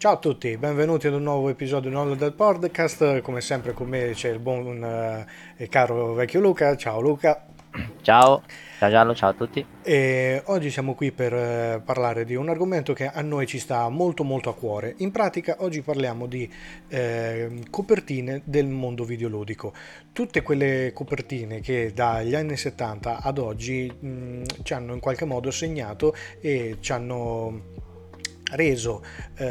Ciao a tutti, benvenuti ad un nuovo episodio nuovo del podcast. Come sempre con me c'è il buon e caro vecchio Luca. Ciao Luca. Ciao, ciao Giallo, ciao a tutti. E oggi siamo qui per parlare di un argomento che a noi ci sta molto molto a cuore. In pratica oggi parliamo di copertine del mondo videoludico. Tutte quelle copertine che dagli anni 70 ad oggi ci hanno in qualche modo segnato e ci hanno reso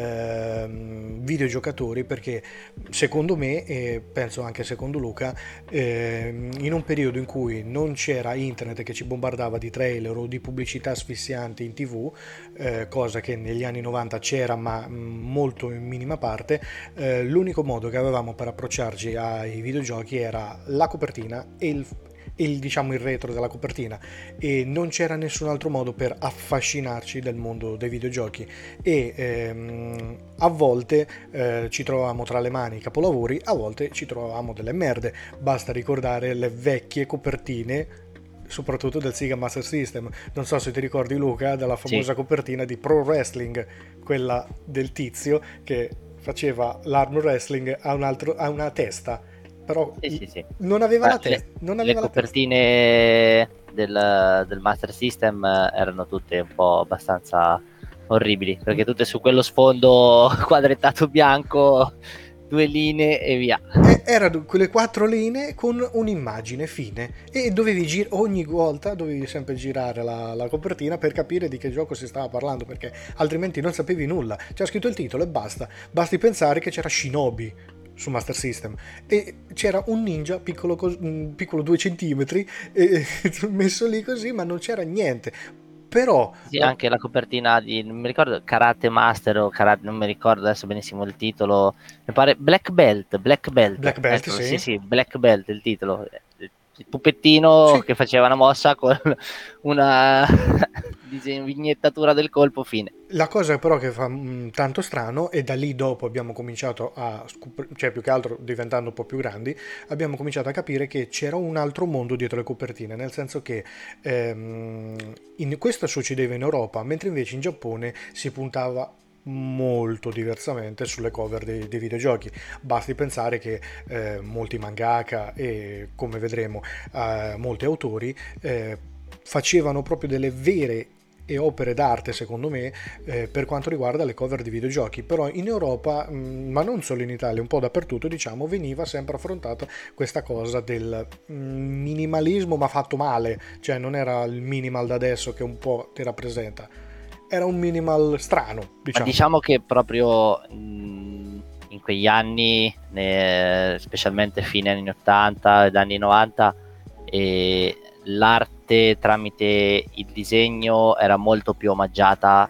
videogiocatori, perché secondo me e penso anche secondo Luca, in un periodo in cui non c'era internet che ci bombardava di trailer o di pubblicità asfissianti in tv, cosa che negli anni 90 c'era ma molto in minima parte, l'unico modo che avevamo per approcciarci ai videogiochi era la copertina e diciamo il retro della copertina, e non c'era nessun altro modo per affascinarci del mondo dei videogiochi. E a volte ci trovavamo tra le mani capolavori, a volte ci trovavamo delle merde. Basta ricordare le vecchie copertine, soprattutto del Sega Master System. Non so se ti ricordi, Luca, della Sì, famosa copertina di Pro Wrestling, quella del tizio che faceva l'arm wrestling a una testa, però sì, sì, sì. non aveva Ma la testa, non le aveva la testa. copertine del Master System erano tutte un po' abbastanza orribili, perché tutte su quello sfondo quadrettato bianco, due linee e via. Erano quelle quattro linee con un'immagine fine, e ogni volta dovevi sempre girare la copertina per capire di che gioco si stava parlando, perché altrimenti non sapevi nulla. C'era scritto il titolo e basta. Basti pensare che c'era Shinobi su Master System e c'era un ninja piccolo, piccolo 2 centimetri, messo lì così, ma non c'era niente. Però Sì, anche la copertina di, non mi ricordo, Karate Master o Karate, non mi ricordo adesso benissimo il titolo, mi pare Black Belt, Black Belt, ecco, sì sì. sì, Black Belt il titolo, il pupettino Sì, che faceva una mossa con una vignettatura del colpo, fine. la cosa però che fa tanto strano, e da lì dopo abbiamo cominciato cioè più che altro diventando un po' più grandi, abbiamo cominciato a capire che c'era un altro mondo dietro le copertine, nel senso che questo succedeva in Europa, mentre invece in Giappone si puntava molto diversamente sulle cover dei videogiochi. Basti pensare che molti mangaka e, come vedremo, molti autori facevano proprio delle vere e opere d'arte, secondo me, per quanto riguarda le cover di videogiochi. Però in Europa, ma non solo in Italia, un po' dappertutto, diciamo, veniva sempre affrontata questa cosa del minimalismo, ma fatto male. Cioè non era il minimal da adesso che un po' ti rappresenta, era un minimal strano, Ma diciamo. diciamo che proprio in quegli anni, specialmente fine anni 80 ed anni 90, l'arte tramite il disegno era molto più omaggiata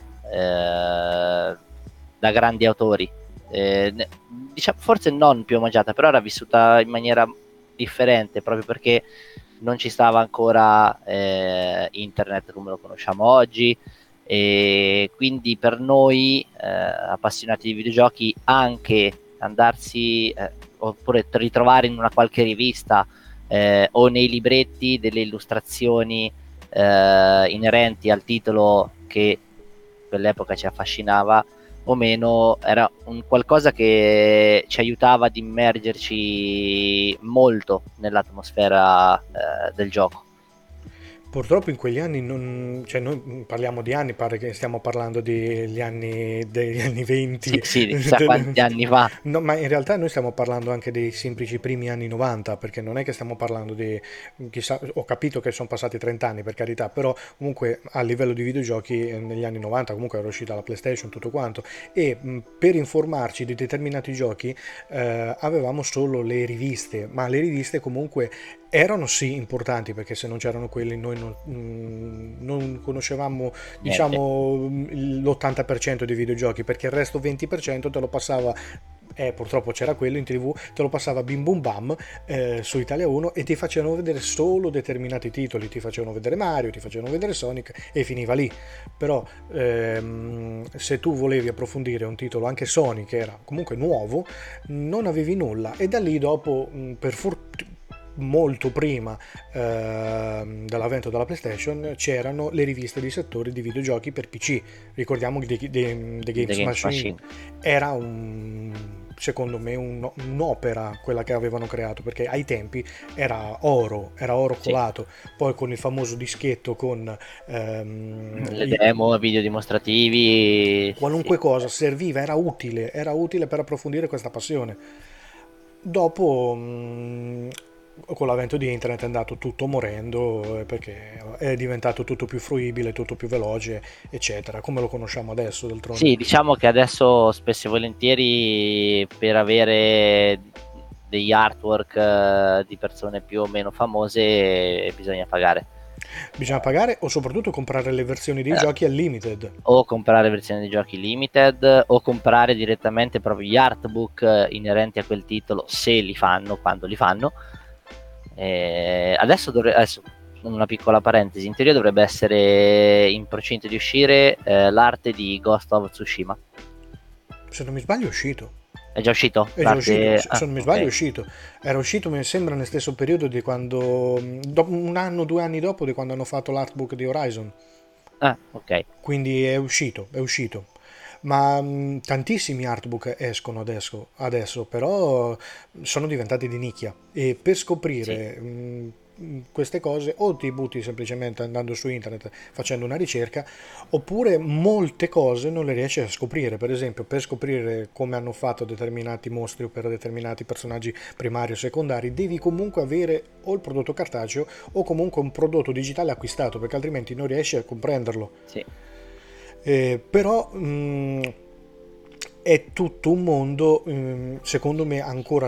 da grandi autori. Diciamo, forse non più omaggiata, però era vissuta in maniera differente, proprio perché non ci stava ancora internet come lo conosciamo oggi, e quindi per noi appassionati di videogiochi anche andarsi oppure ritrovare in una qualche rivista o nei libretti delle illustrazioni inerenti al titolo che quell'epoca ci affascinava o meno, era un qualcosa che ci aiutava ad immergerci molto nell'atmosfera del gioco. Purtroppo in quegli anni, cioè noi parliamo di anni, pare che stiamo parlando degli anni Sì, 20, sì, chissà quanti anni fa. no, ma in realtà noi stiamo parlando anche dei semplici primi anni 90, perché non è che stiamo parlando di, chissà, ho capito che sono passati 30 anni per carità, però comunque a livello di videogiochi negli anni 90 comunque era uscita la PlayStation, tutto quanto, e per informarci di determinati giochi avevamo solo le riviste, ma le riviste comunque erano sì importanti, perché se non c'erano quelli noi non conoscevamo, Niente. diciamo, l'80% dei videogiochi, perché il resto 20% te lo passava, purtroppo c'era quello in tv, te lo passava bim bum bam su Italia 1, e ti facevano vedere solo determinati titoli, ti facevano vedere Mario, ti facevano vedere Sonic e finiva lì. Però se tu volevi approfondire un titolo, anche Sonic era comunque nuovo, non avevi nulla, e da lì dopo, per fortuna, molto prima dell'avvento della PlayStation c'erano le riviste di settore di videogiochi per PC. Ricordiamo che The The Games Games Machine Machine. era secondo me un'opera quella che avevano creato, perché ai tempi era oro Sì. colato, poi con il famoso dischetto con Le demo, video dimostrativi, sì. qualunque cosa serviva, era utile per approfondire questa passione. Dopo, con l'avvento di internet è andato tutto morendo, perché è diventato tutto più fruibile, tutto più veloce, eccetera, come lo conosciamo adesso, d'altronde. Sì, diciamo che adesso spesso e volentieri per avere degli artwork di persone più o meno famose bisogna pagare. Bisogna pagare o soprattutto comprare le versioni dei Eh, giochi al limited. o comprare versioni di giochi limited o comprare direttamente proprio gli artbook inerenti a quel titolo, se li fanno, quando li fanno. Adesso una piccola parentesi, in teoria dovrebbe essere in procinto di uscire l'arte di Ghost of Tsushima. Se non mi sbaglio è uscito. È già uscito? È già uscito, se non mi sbaglio è Ok. uscito. Era uscito, mi sembra, nel stesso periodo di quando, dopo un anno, 2 anni dopo di quando hanno fatto l'artbook di Horizon. Ah, ok. Quindi è uscito, è uscito. Ma tantissimi artbook escono adesso, però sono diventati di nicchia e per Sì. scoprire queste cose o ti butti semplicemente andando su internet facendo una ricerca, oppure molte cose non le riesci a scoprire. Per esempio, per scoprire come hanno fatto determinati mostri o per determinati personaggi primari o secondari, devi comunque avere o il prodotto cartaceo o comunque un prodotto digitale acquistato, perché altrimenti non riesci a comprenderlo. Sì. Però è tutto un mondo, secondo me, ancora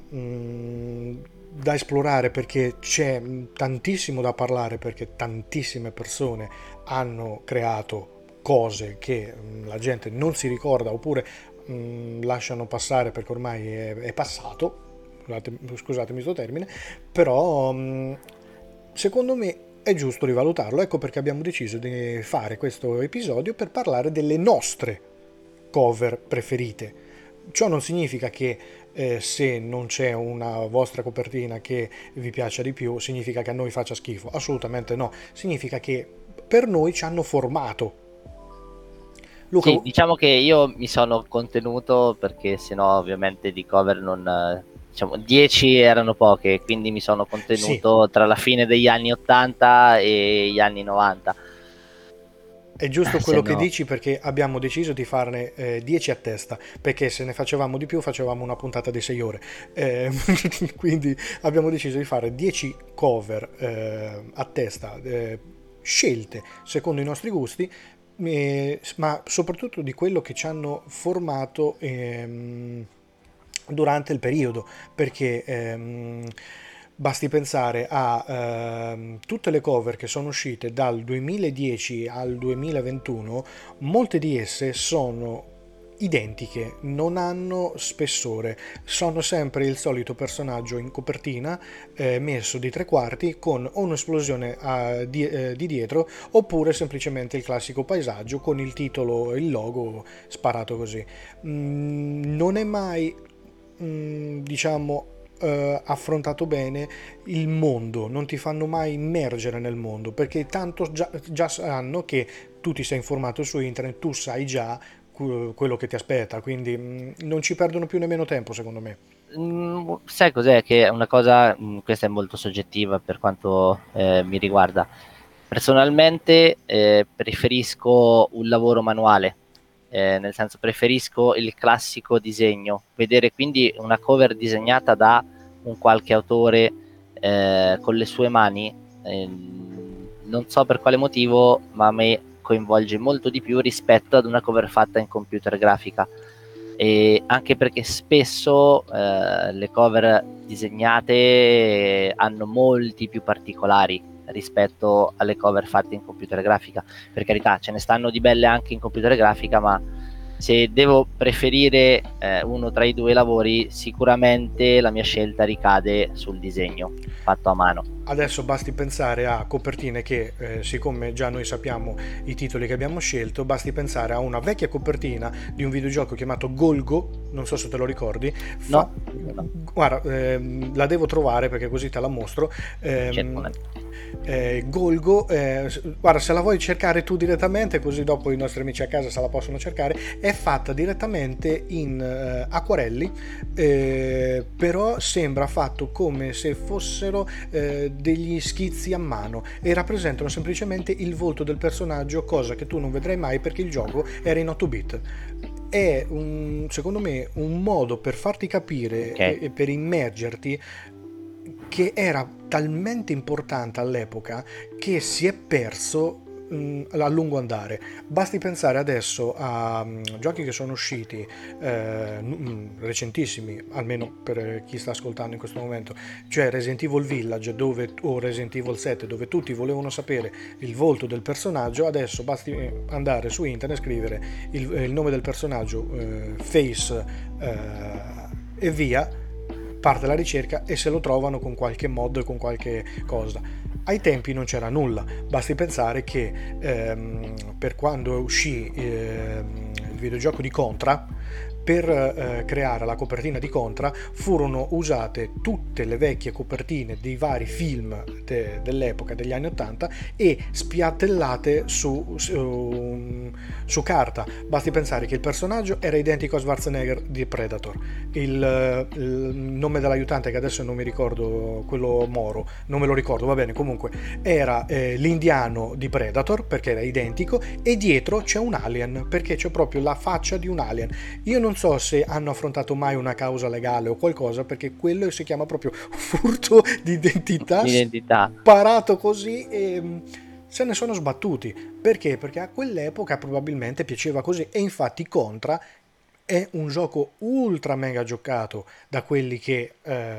da esplorare, perché c'è tantissimo da parlare, perché tantissime persone hanno creato cose che la gente non si ricorda oppure lasciano passare perché ormai è passato. Scusatemi questo termine, però secondo me è giusto rivalutarlo. Ecco perché abbiamo deciso di fare questo episodio per parlare delle nostre cover preferite. Ciò non significa che se non c'è una vostra copertina che vi piaccia di più, significa che a noi faccia schifo. Assolutamente no. Significa che per noi ci hanno formato. Luca, Sì, diciamo che io mi sono contenuto perché sennò ovviamente di cover non... diciamo, 10 erano poche, quindi mi sono sì, contenuto tra la fine degli anni 80 e gli anni 90. è giusto Se quello che no... dici, perché abbiamo deciso di farne 10 a testa, perché se ne facevamo di più facevamo una puntata di 6 ore. Eh, quindi abbiamo deciso di fare 10 cover a testa, scelte secondo i nostri gusti, ma soprattutto di quello che ci hanno formato durante il periodo, perché basti pensare a tutte le cover che sono uscite dal 2010 al 2021, molte di esse sono identiche, non hanno spessore, sono sempre il solito personaggio in copertina messo di tre quarti con o un'esplosione di dietro oppure semplicemente il classico paesaggio con il titolo e il logo sparato così. Non è mai diciamo affrontato bene il mondo, non ti fanno mai immergere nel mondo, perché tanto già sanno che tu ti sei informato su internet, tu sai già quello che ti aspetta, quindi non ci perdono più nemmeno tempo, secondo me. sai cos'è? Che è una cosa, questa è molto soggettiva per quanto mi riguarda. Personalmente preferisco un lavoro manuale, nel senso preferisco il classico disegno, vedere quindi una cover disegnata da un qualche autore con le sue mani, non so per quale motivo, ma a me coinvolge molto di più rispetto ad una cover fatta in computer grafica. E anche perché spesso le cover disegnate hanno molti più particolari rispetto alle cover fatte in computer grafica. Per carità, ce ne stanno di belle anche in computer grafica, ma se devo preferire uno tra i due lavori, sicuramente la mia scelta ricade sul disegno fatto a mano. Adesso basti pensare a copertine che, siccome già noi sappiamo i titoli che abbiamo scelto, basti pensare a una vecchia copertina di un videogioco chiamato Golgo, non so se te lo ricordi. No. Guarda, la devo trovare perché così te la mostro. Golgo, guarda, se la vuoi cercare tu direttamente, così dopo i nostri amici a casa se la possono cercare, è fatta direttamente in acquarelli, però sembra fatto come se fossero degli schizzi a mano e rappresentano semplicemente il volto del personaggio, cosa che tu non vedrai mai perché il gioco era in 8 bit. È secondo me un modo per farti capire e per immergerti, che era talmente importante all'epoca che si è perso a lungo andare. Basti pensare adesso a giochi che sono usciti recentissimi, almeno per chi sta ascoltando in questo momento, cioè Resident Evil Village o Resident Evil 7, dove tutti volevano sapere il volto del personaggio. Adesso basti andare su internet, scrivere il nome del personaggio, face, e via, parte la ricerca e se lo trovano con qualche mod e con qualche cosa. Ai tempi non c'era nulla, basti pensare che per quando uscì il videogioco di Contra, per creare la copertina di Contra furono usate tutte le vecchie copertine dei vari film dell'epoca, degli anni 80, e spiattellate su carta. Basti pensare che il personaggio era identico a Schwarzenegger di Predator, il nome dell'aiutante, che adesso non mi ricordo, quello Moro, non me lo ricordo, va bene, comunque era l'indiano di Predator perché era identico, e dietro c'è un alien perché c'è proprio la faccia di un alien. Io non so se hanno affrontato mai una causa legale o qualcosa, perché quello si chiama proprio furto di identità. Sparato così, e se ne sono sbattuti. Perché? Perché a quell'epoca probabilmente piaceva così, e infatti Contra è un gioco ultra mega giocato da quelli che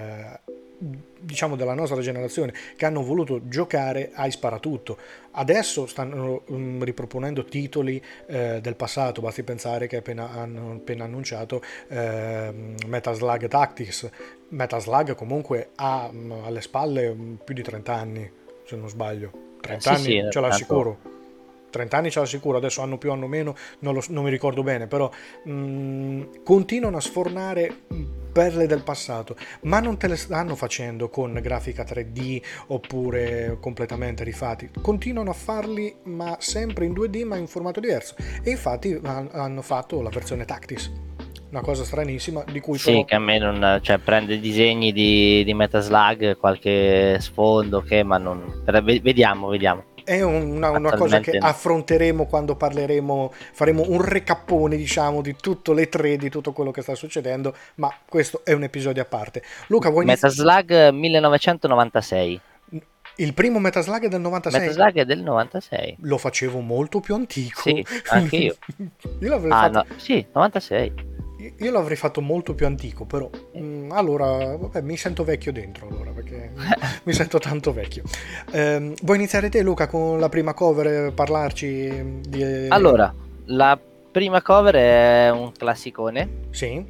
diciamo della nostra generazione, che hanno voluto giocare ai sparatutto. Adesso stanno riproponendo titoli del passato, basti pensare che hanno appena annunciato Metal Slug Tactics. Metal Slug comunque ha alle spalle più di 30 anni, se non sbaglio. 30 anni sì, ce l'ha sicuro. 30 anni ce l'ha sicuro, adesso hanno più, hanno meno, non mi ricordo bene, però continuano a sfornare perle del passato, ma non te le stanno facendo con grafica 3D oppure completamente rifatti, continuano a farli ma sempre in 2D ma in formato diverso, e infatti hanno fatto la versione Tactics, una cosa stranissima di cui sì, però... che a me non, cioè, prende disegni di Metal Slug, qualche sfondo che, ma non, vediamo. È una cosa che affronteremo quando parleremo, faremo un recappone, diciamo, di tutto le 3, di tutto quello che sta succedendo, ma questo è un episodio a parte. Luca, vuoi Metal Slug 1996. Il primo Metal Slug è del 96? Metal Slug è del 96. Lo facevo molto più antico. Sì, anche io. Io l'avrei fatto... no, sì, 96. Io l'avrei fatto molto più antico, però allora vabbè, mi sento vecchio dentro, allora, perché mi sento tanto vecchio. Vuoi iniziare te, Luca, con la prima cover, parlarci di... Allora, la prima cover è un classicone. Sì.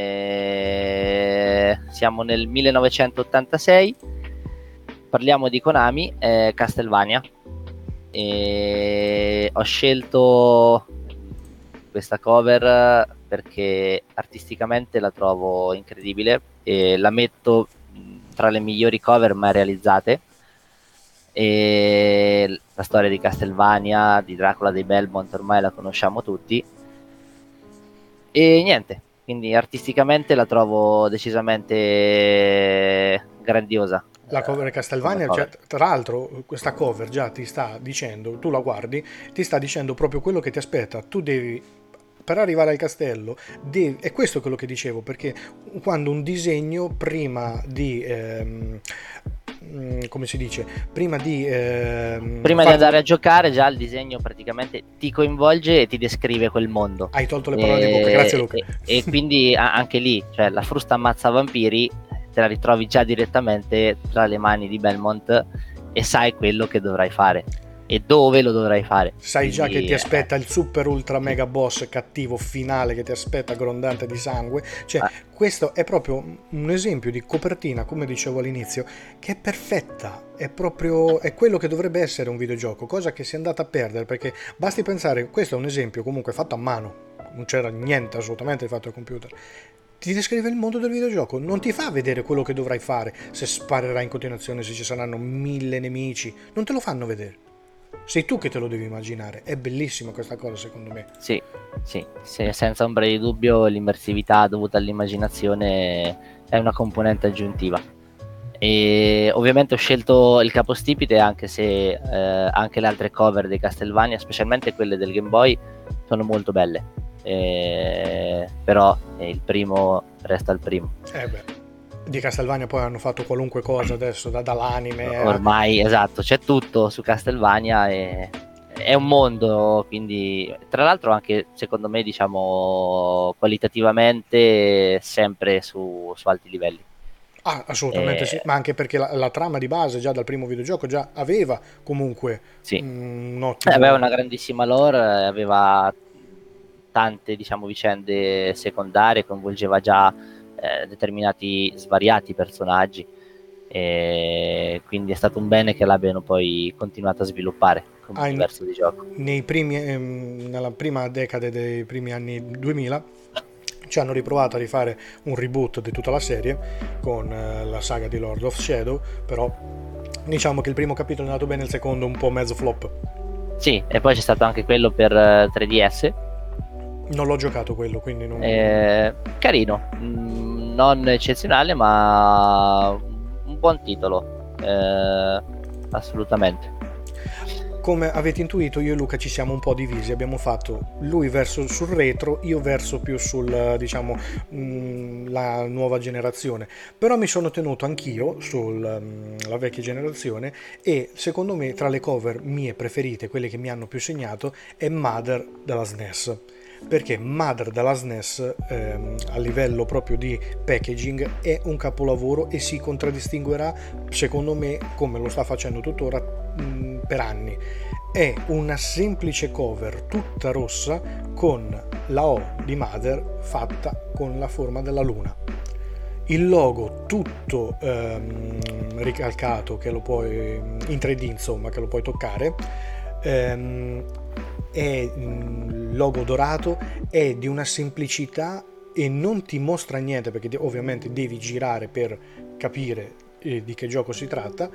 Siamo nel 1986. Parliamo di Konami, Castlevania. Ho scelto questa cover perché artisticamente la trovo incredibile e la metto tra le migliori cover mai realizzate. E la storia di Castlevania, di Dracula, dei Belmont, ormai la conosciamo tutti, e niente, quindi artisticamente la trovo decisamente grandiosa. La cover Castlevania, cioè, tra l'altro questa cover già ti sta dicendo, tu la guardi, ti sta dicendo proprio quello che ti aspetta. Tu devi, per arrivare al castello, è questo quello che dicevo, perché quando un disegno prima di come si dice, prima di andare a giocare, già il disegno praticamente ti coinvolge e ti descrive quel mondo. Hai tolto le parole di bocca, grazie Luca. E quindi anche lì, cioè, la frusta ammazza vampiri te la ritrovi già direttamente tra le mani di Belmont e sai quello che dovrai fare. e dove lo dovrai fare. Sai già che Quindi, ti aspetta il super ultra mega boss cattivo finale che ti aspetta grondante di sangue. Cioè, questo è proprio un esempio di copertina, come dicevo all'inizio, che è perfetta. È proprio, è quello che dovrebbe essere un videogioco, cosa che si è andata a perdere, perché basti pensare, questo è un esempio comunque fatto a mano, non c'era niente assolutamente fatto al computer. Ti descrive il mondo del videogioco, non ti fa vedere quello che dovrai fare, se sparerai in continuazione, se ci saranno 1000 nemici, non te lo fanno vedere. Sei tu che te lo devi immaginare. È bellissima questa cosa, secondo me. sì, senza ombra di dubbio l'immersività dovuta all'immaginazione è una componente aggiuntiva. E ovviamente ho scelto il capostipite anche se anche le altre cover dei Castlevania, specialmente quelle del Game Boy, sono molto belle. Però il primo resta il primo. Beh. Di Castlevania poi hanno fatto qualunque cosa adesso, dall'anime ormai esatto, c'è tutto su Castlevania e è un mondo, quindi tra l'altro anche secondo me diciamo qualitativamente sempre su alti livelli. assolutamente sì, ma anche perché la trama di base già dal primo videogioco già aveva comunque Sì, un aveva ottimo. una grandissima lore, aveva tante diciamo vicende secondarie, coinvolgeva già determinati svariati personaggi, e quindi è stato un bene che l'abbiano poi continuato a sviluppare come universo di gioco. Nella prima decade dei primi anni 2000 ci hanno riprovato a rifare un reboot di tutta la serie con la saga di Lord of Shadow, però diciamo che il primo capitolo è andato bene, il secondo un po' mezzo flop. Sì, e poi c'è stato anche quello per 3DS. Non l'ho giocato quello, quindi non. Carino, non eccezionale, ma un buon titolo, assolutamente. Come avete intuito, io e Luca ci siamo un po' divisi, abbiamo fatto lui verso sul retro, io verso più sul, diciamo, la nuova generazione, però mi sono tenuto anch'io sulla vecchia generazione e secondo me tra le cover mie preferite, quelle che mi hanno più segnato, è Mother della SNES. Perché Mother della SNES a livello proprio di packaging è un capolavoro e si contraddistinguerà secondo me come lo sta facendo tuttora per anni. È una semplice cover tutta rossa con la O di Mother fatta con la forma della luna. Il logo tutto ricalcato, che lo puoi in 3D insomma, che lo puoi toccare, è logo dorato, è di una semplicità e non ti mostra niente perché ovviamente devi girare per capire di che gioco si tratta,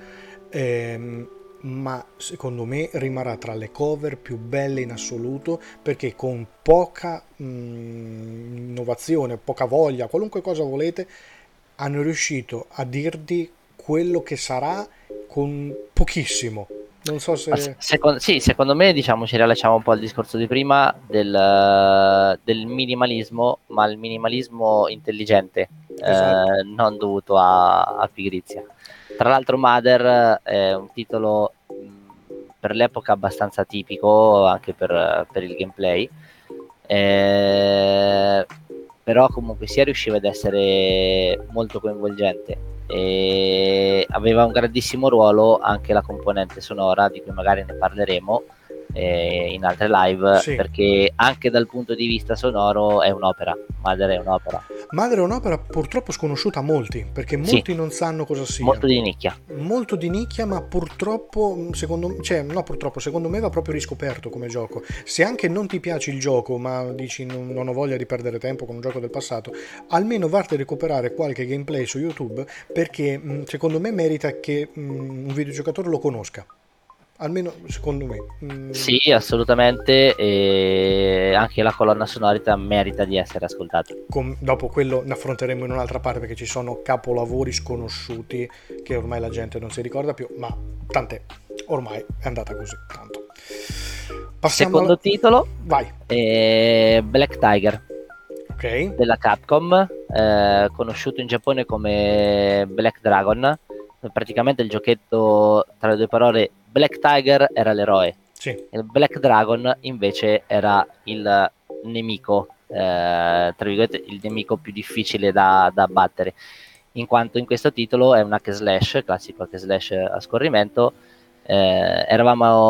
ma secondo me rimarrà tra le cover più belle in assoluto perché con poca innovazione, poca voglia, qualunque cosa volete, hanno riuscito a dirti quello che sarà con pochissimo. Non so se. Sì, secondo me diciamo ci riallacciamo un po' al discorso di prima del minimalismo, ma il minimalismo intelligente, Esatto. non dovuto a pigrizia. Tra l'altro Mother è un titolo per l'epoca abbastanza tipico anche per il gameplay, però comunque sia riusciva ad essere molto coinvolgente e aveva un grandissimo ruolo anche la componente sonora di cui magari ne parleremo in altre live, Sì. perché anche dal punto di vista sonoro è un'opera. Mother è un'opera. Mother è un'opera purtroppo sconosciuta a molti, perché Sì, molti non sanno cosa sia. molto di nicchia. Molto di nicchia, ma purtroppo, secondo me va proprio riscoperto come gioco. Se anche non ti piace il gioco, ma dici non ho voglia di perdere tempo con un gioco del passato, almeno varte a recuperare qualche gameplay su YouTube, perché secondo me merita che un videogiocatore lo conosca. Almeno secondo me. Sì, assolutamente, e anche la colonna sonora merita di essere ascoltata. Dopo quello ne affronteremo in un'altra parte perché ci sono capolavori sconosciuti che ormai la gente non si ricorda più, ma tant'è, ormai è andata così, tanto. Passiamo Secondo titolo, Vai. Black Tiger, Ok. della Capcom, conosciuto in Giappone come Black Dragon. Praticamente il giochetto, tra le due parole, Black Tiger era l'eroe, Sì. il Black Dragon invece era il nemico, tra virgolette il nemico più difficile da battere, in quanto in questo titolo è un hack and slash, classico hack and slash a scorrimento. Eravamo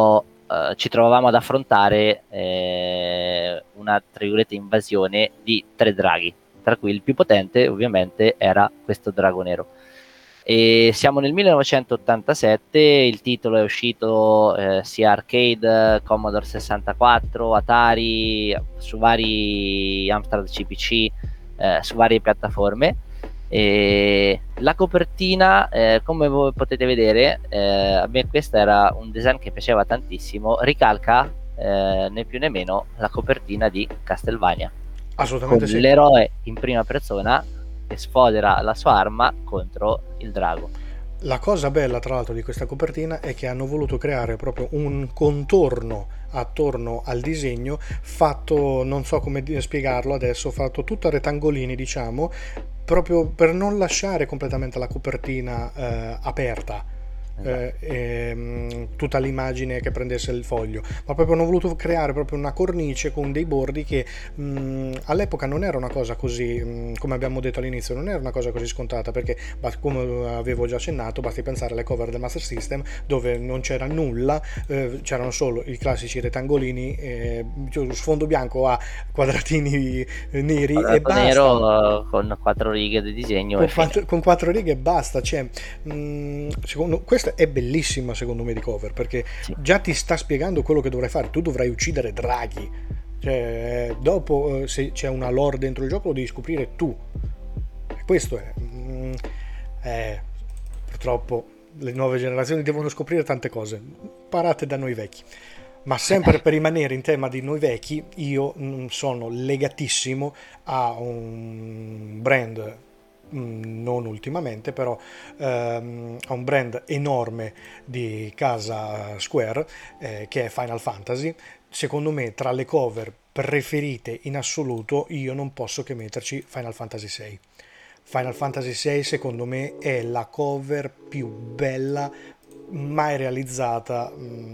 ci trovavamo ad affrontare una, tra virgolette, invasione di 3 draghi, tra cui il più potente ovviamente era questo drago nero. E siamo nel 1987, il titolo è uscito sia arcade, Commodore 64, Atari, su vari Amstrad CPC, su varie piattaforme. E la copertina, come voi potete vedere, a me questo era un design che piaceva tantissimo, ricalca né più né meno la copertina di Castlevania, Assolutamente con sì. l'eroe in prima persona che sfodera la sua arma contro il drago. La cosa bella, tra l'altro, di questa copertina è che hanno voluto creare proprio un contorno attorno al disegno fatto, non so come spiegarlo adesso, fatto tutto a rettangolini, diciamo, proprio per non lasciare completamente la copertina aperta. Tutta l'immagine che prendesse il foglio, ma proprio hanno voluto creare proprio una cornice con dei bordi che all'epoca non era una cosa così, come abbiamo detto all'inizio, non era una cosa così scontata, perché come avevo già accennato, basti pensare alle cover del Master System dove non c'era nulla, c'erano solo i classici rettangolini, sfondo bianco a quadratini neri e Quadrato basta. nero con 4 righe di disegno e fine. Con quattro righe e basta. Cioè, questa è bellissima secondo me di cover, perché Sì. già ti sta spiegando quello che dovrai fare. Tu dovrai uccidere draghi. Cioè, dopo, se c'è una lore dentro il gioco, lo devi scoprire tu. E questo è. Purtroppo le nuove generazioni devono scoprire tante cose. Imparate da noi vecchi. Ma sempre per rimanere in tema di noi vecchi, io sono legatissimo a un brand, non ultimamente, però a un brand enorme di casa Square, che è Final Fantasy. Secondo me, tra le cover preferite in assoluto, io non posso che metterci Final Fantasy VI. Final Fantasy VI secondo me è la cover più bella mai realizzata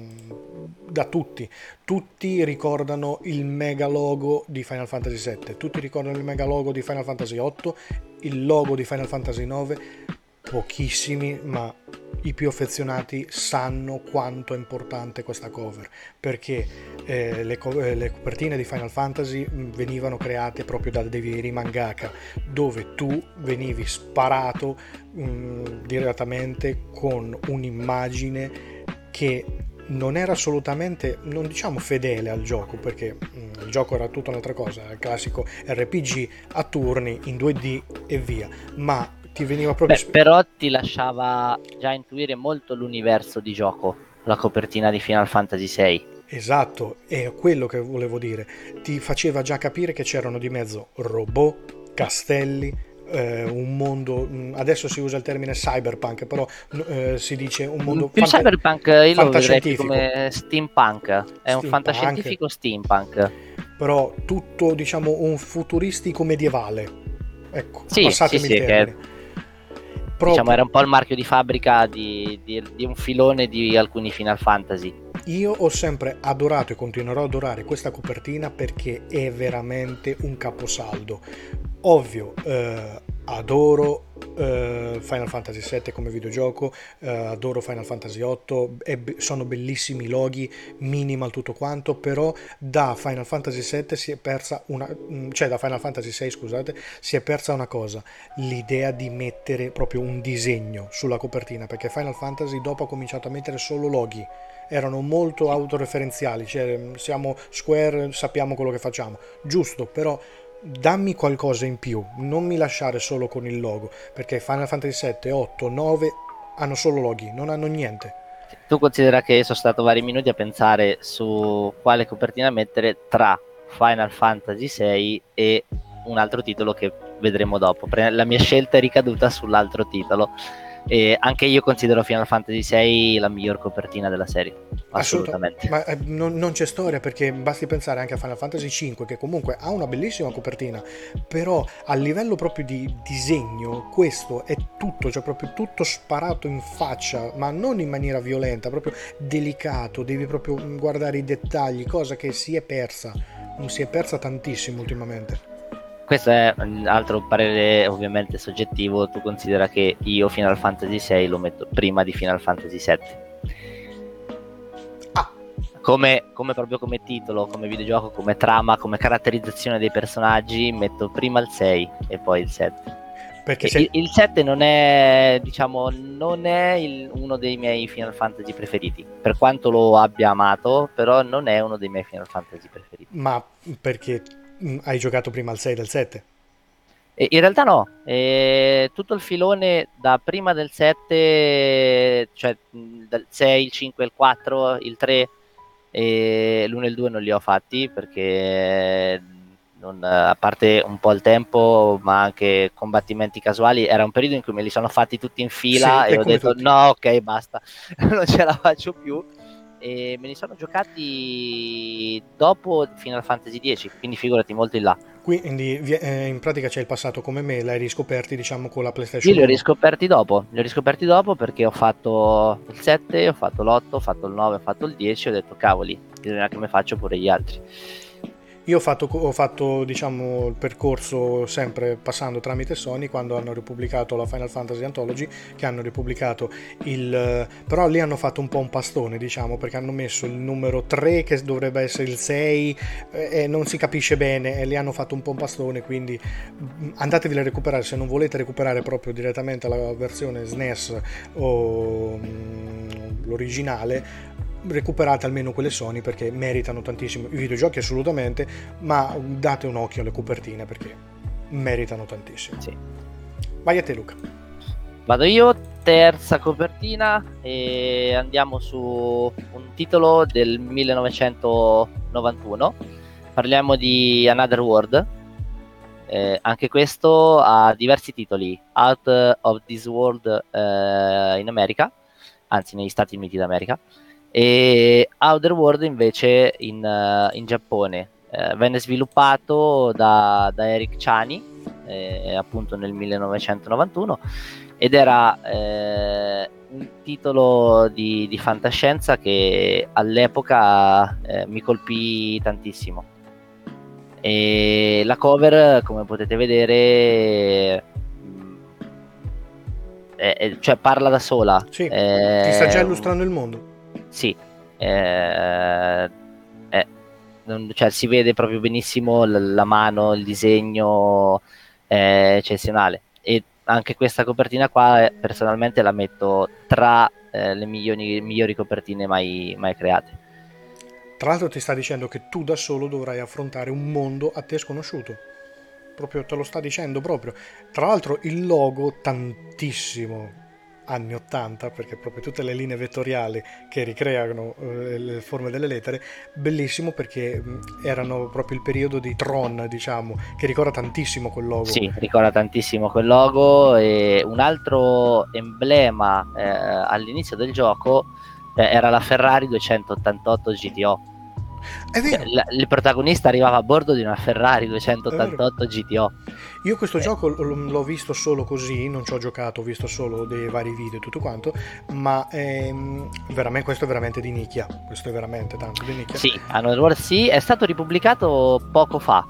da tutti. Tutti ricordano il mega logo di Final Fantasy VII, tutti ricordano il mega logo di Final Fantasy VIII, il logo di Final Fantasy IX. Pochissimi, ma i più affezionati sanno quanto è importante questa cover, perché le copertine di Final Fantasy venivano create proprio da dei veri mangaka, dove tu venivi sparato direttamente con un'immagine che non era assolutamente, non diciamo fedele al gioco, perché il gioco era tutta un'altra cosa, il classico RPG a turni in 2D e via, ma ti veniva proprio... Però ti lasciava già intuire molto l'universo di gioco, la copertina di Final Fantasy VI. Esatto, è quello che volevo dire. Ti faceva già capire che c'erano di mezzo robot, castelli, un mondo, adesso si usa il termine cyberpunk, però si dice un mondo Più cyberpunk io lo vedrei più fantascientifico. come steampunk, è un Steampunk, fantascientifico steampunk. però tutto, diciamo, un futuristico medievale. Ecco, Sì, sì, passatemi il sì, che termine. diciamo era Proprio. un po' il marchio di fabbrica di un filone di alcuni Final Fantasy. Io ho sempre adorato e continuerò ad adorare questa copertina perché è veramente un caposaldo. Ovvio, adoro Final Fantasy VII come videogioco, adoro Final Fantasy VIII, sono bellissimi i loghi, minimal tutto quanto, però da Final Fantasy VII si è persa una, cioè da Final Fantasy VI, scusate, si è persa una cosa, l'idea di mettere proprio un disegno sulla copertina, perché Final Fantasy dopo ha cominciato a mettere solo loghi, erano molto autoreferenziali, cioè siamo Square, sappiamo quello che facciamo, giusto, però dammi qualcosa in più, non mi lasciare solo con il logo, perché Final Fantasy 7, 8, 9 hanno solo loghi, non hanno niente. Tu considera che sono stato vari minuti a pensare su quale copertina mettere tra Final Fantasy VI e un altro titolo che vedremo dopo. La mia scelta è ricaduta sull'altro titolo e anche io considero Final Fantasy VI la miglior copertina della serie, assolutamente. Ma non c'è storia, perché basti pensare anche a Final Fantasy 5 che comunque ha una bellissima copertina, però a livello proprio di disegno questo è tutto, cioè proprio tutto sparato in faccia, ma non in maniera violenta, proprio delicato, devi proprio guardare i dettagli, cosa che si è persa tantissimo ultimamente. Questo è un altro parere ovviamente soggettivo. Tu considera che io Final Fantasy VI lo metto prima di Final Fantasy VII. Ah, proprio come titolo, come videogioco, come trama, come caratterizzazione dei personaggi, metto prima il 6 e poi il 7. Perché se... il 7 non è, diciamo, non è uno dei miei Final Fantasy preferiti, per quanto lo abbia amato, però non è uno dei miei Final Fantasy preferiti. Ma perché hai giocato prima il 6 del 7? E in realtà no, tutto il filone da prima del 7, cioè dal 6, il 5, il 4, il 3 e l'1 e il 2 non li ho fatti perché a parte un po' il tempo, ma anche combattimenti casuali, era un periodo in cui me li sono fatti tutti in Sì, fila e è ho come detto tutti. no, ok, basta, non ce la faccio più. E me li sono giocati dopo Final Fantasy X, quindi figurati molto in là. Quindi in pratica c'è il passato come me, l'hai riscoperti diciamo con la Io PlayStation 1. li ho riscoperti dopo perché ho fatto il 7, ho fatto l'8, ho fatto il 9, ho fatto il 10 e ho detto cavoli, bisogna che me faccio pure gli altri. Io ho fatto diciamo il percorso sempre passando tramite Sony quando hanno ripubblicato la Final Fantasy Anthology, che hanno ripubblicato però lì hanno fatto un po' un pastone, diciamo, perché hanno messo il numero 3 che dovrebbe essere il 6 e non si capisce bene e lì hanno fatto un po' un pastone, quindi andatevi a recuperare se non volete recuperare proprio direttamente la versione SNES o l'originale, recuperate almeno quelle Sony perché meritano tantissimo i videogiochi assolutamente, ma date un occhio alle copertine perché meritano tantissimo. Sì. Vai a te Luca. Vado io, terza copertina e andiamo su un titolo del 1991. Parliamo di Another World. Anche questo ha diversi titoli: Out of This World in America, anzi negli Stati Uniti d'America, e Outer World invece in Giappone. Venne sviluppato da Eric Chani appunto nel 1991 ed era un titolo di fantascienza che all'epoca mi colpì tantissimo. E la cover, come potete vedere, cioè parla da sola. Sì, ti sta già illustrando il mondo. Sì, cioè, si vede proprio benissimo la mano, il disegno è eccezionale. E anche questa copertina qua personalmente la metto tra le migliori copertine mai create. Tra l'altro ti sta dicendo che tu da solo dovrai affrontare un mondo a te sconosciuto. Proprio te lo sta dicendo proprio. Tra l'altro il logo tantissimo anni 80 perché proprio tutte le linee vettoriali che ricreano le forme delle lettere, bellissimo perché erano proprio il periodo di Tron, diciamo, che ricorda tantissimo quel logo. Sì, ricorda tantissimo quel logo. E un altro emblema all'inizio del gioco era la Ferrari 288 GTO. È vero, Il protagonista arrivava a bordo di una Ferrari è vero. 288 GTO. Io questo Eh, gioco l'ho visto solo così, non ci ho giocato, ho visto solo dei vari video e tutto quanto, ma veramente, questo è veramente di nicchia, questo è veramente tanto di nicchia. sì, Another World sì, è stato ripubblicato poco fa.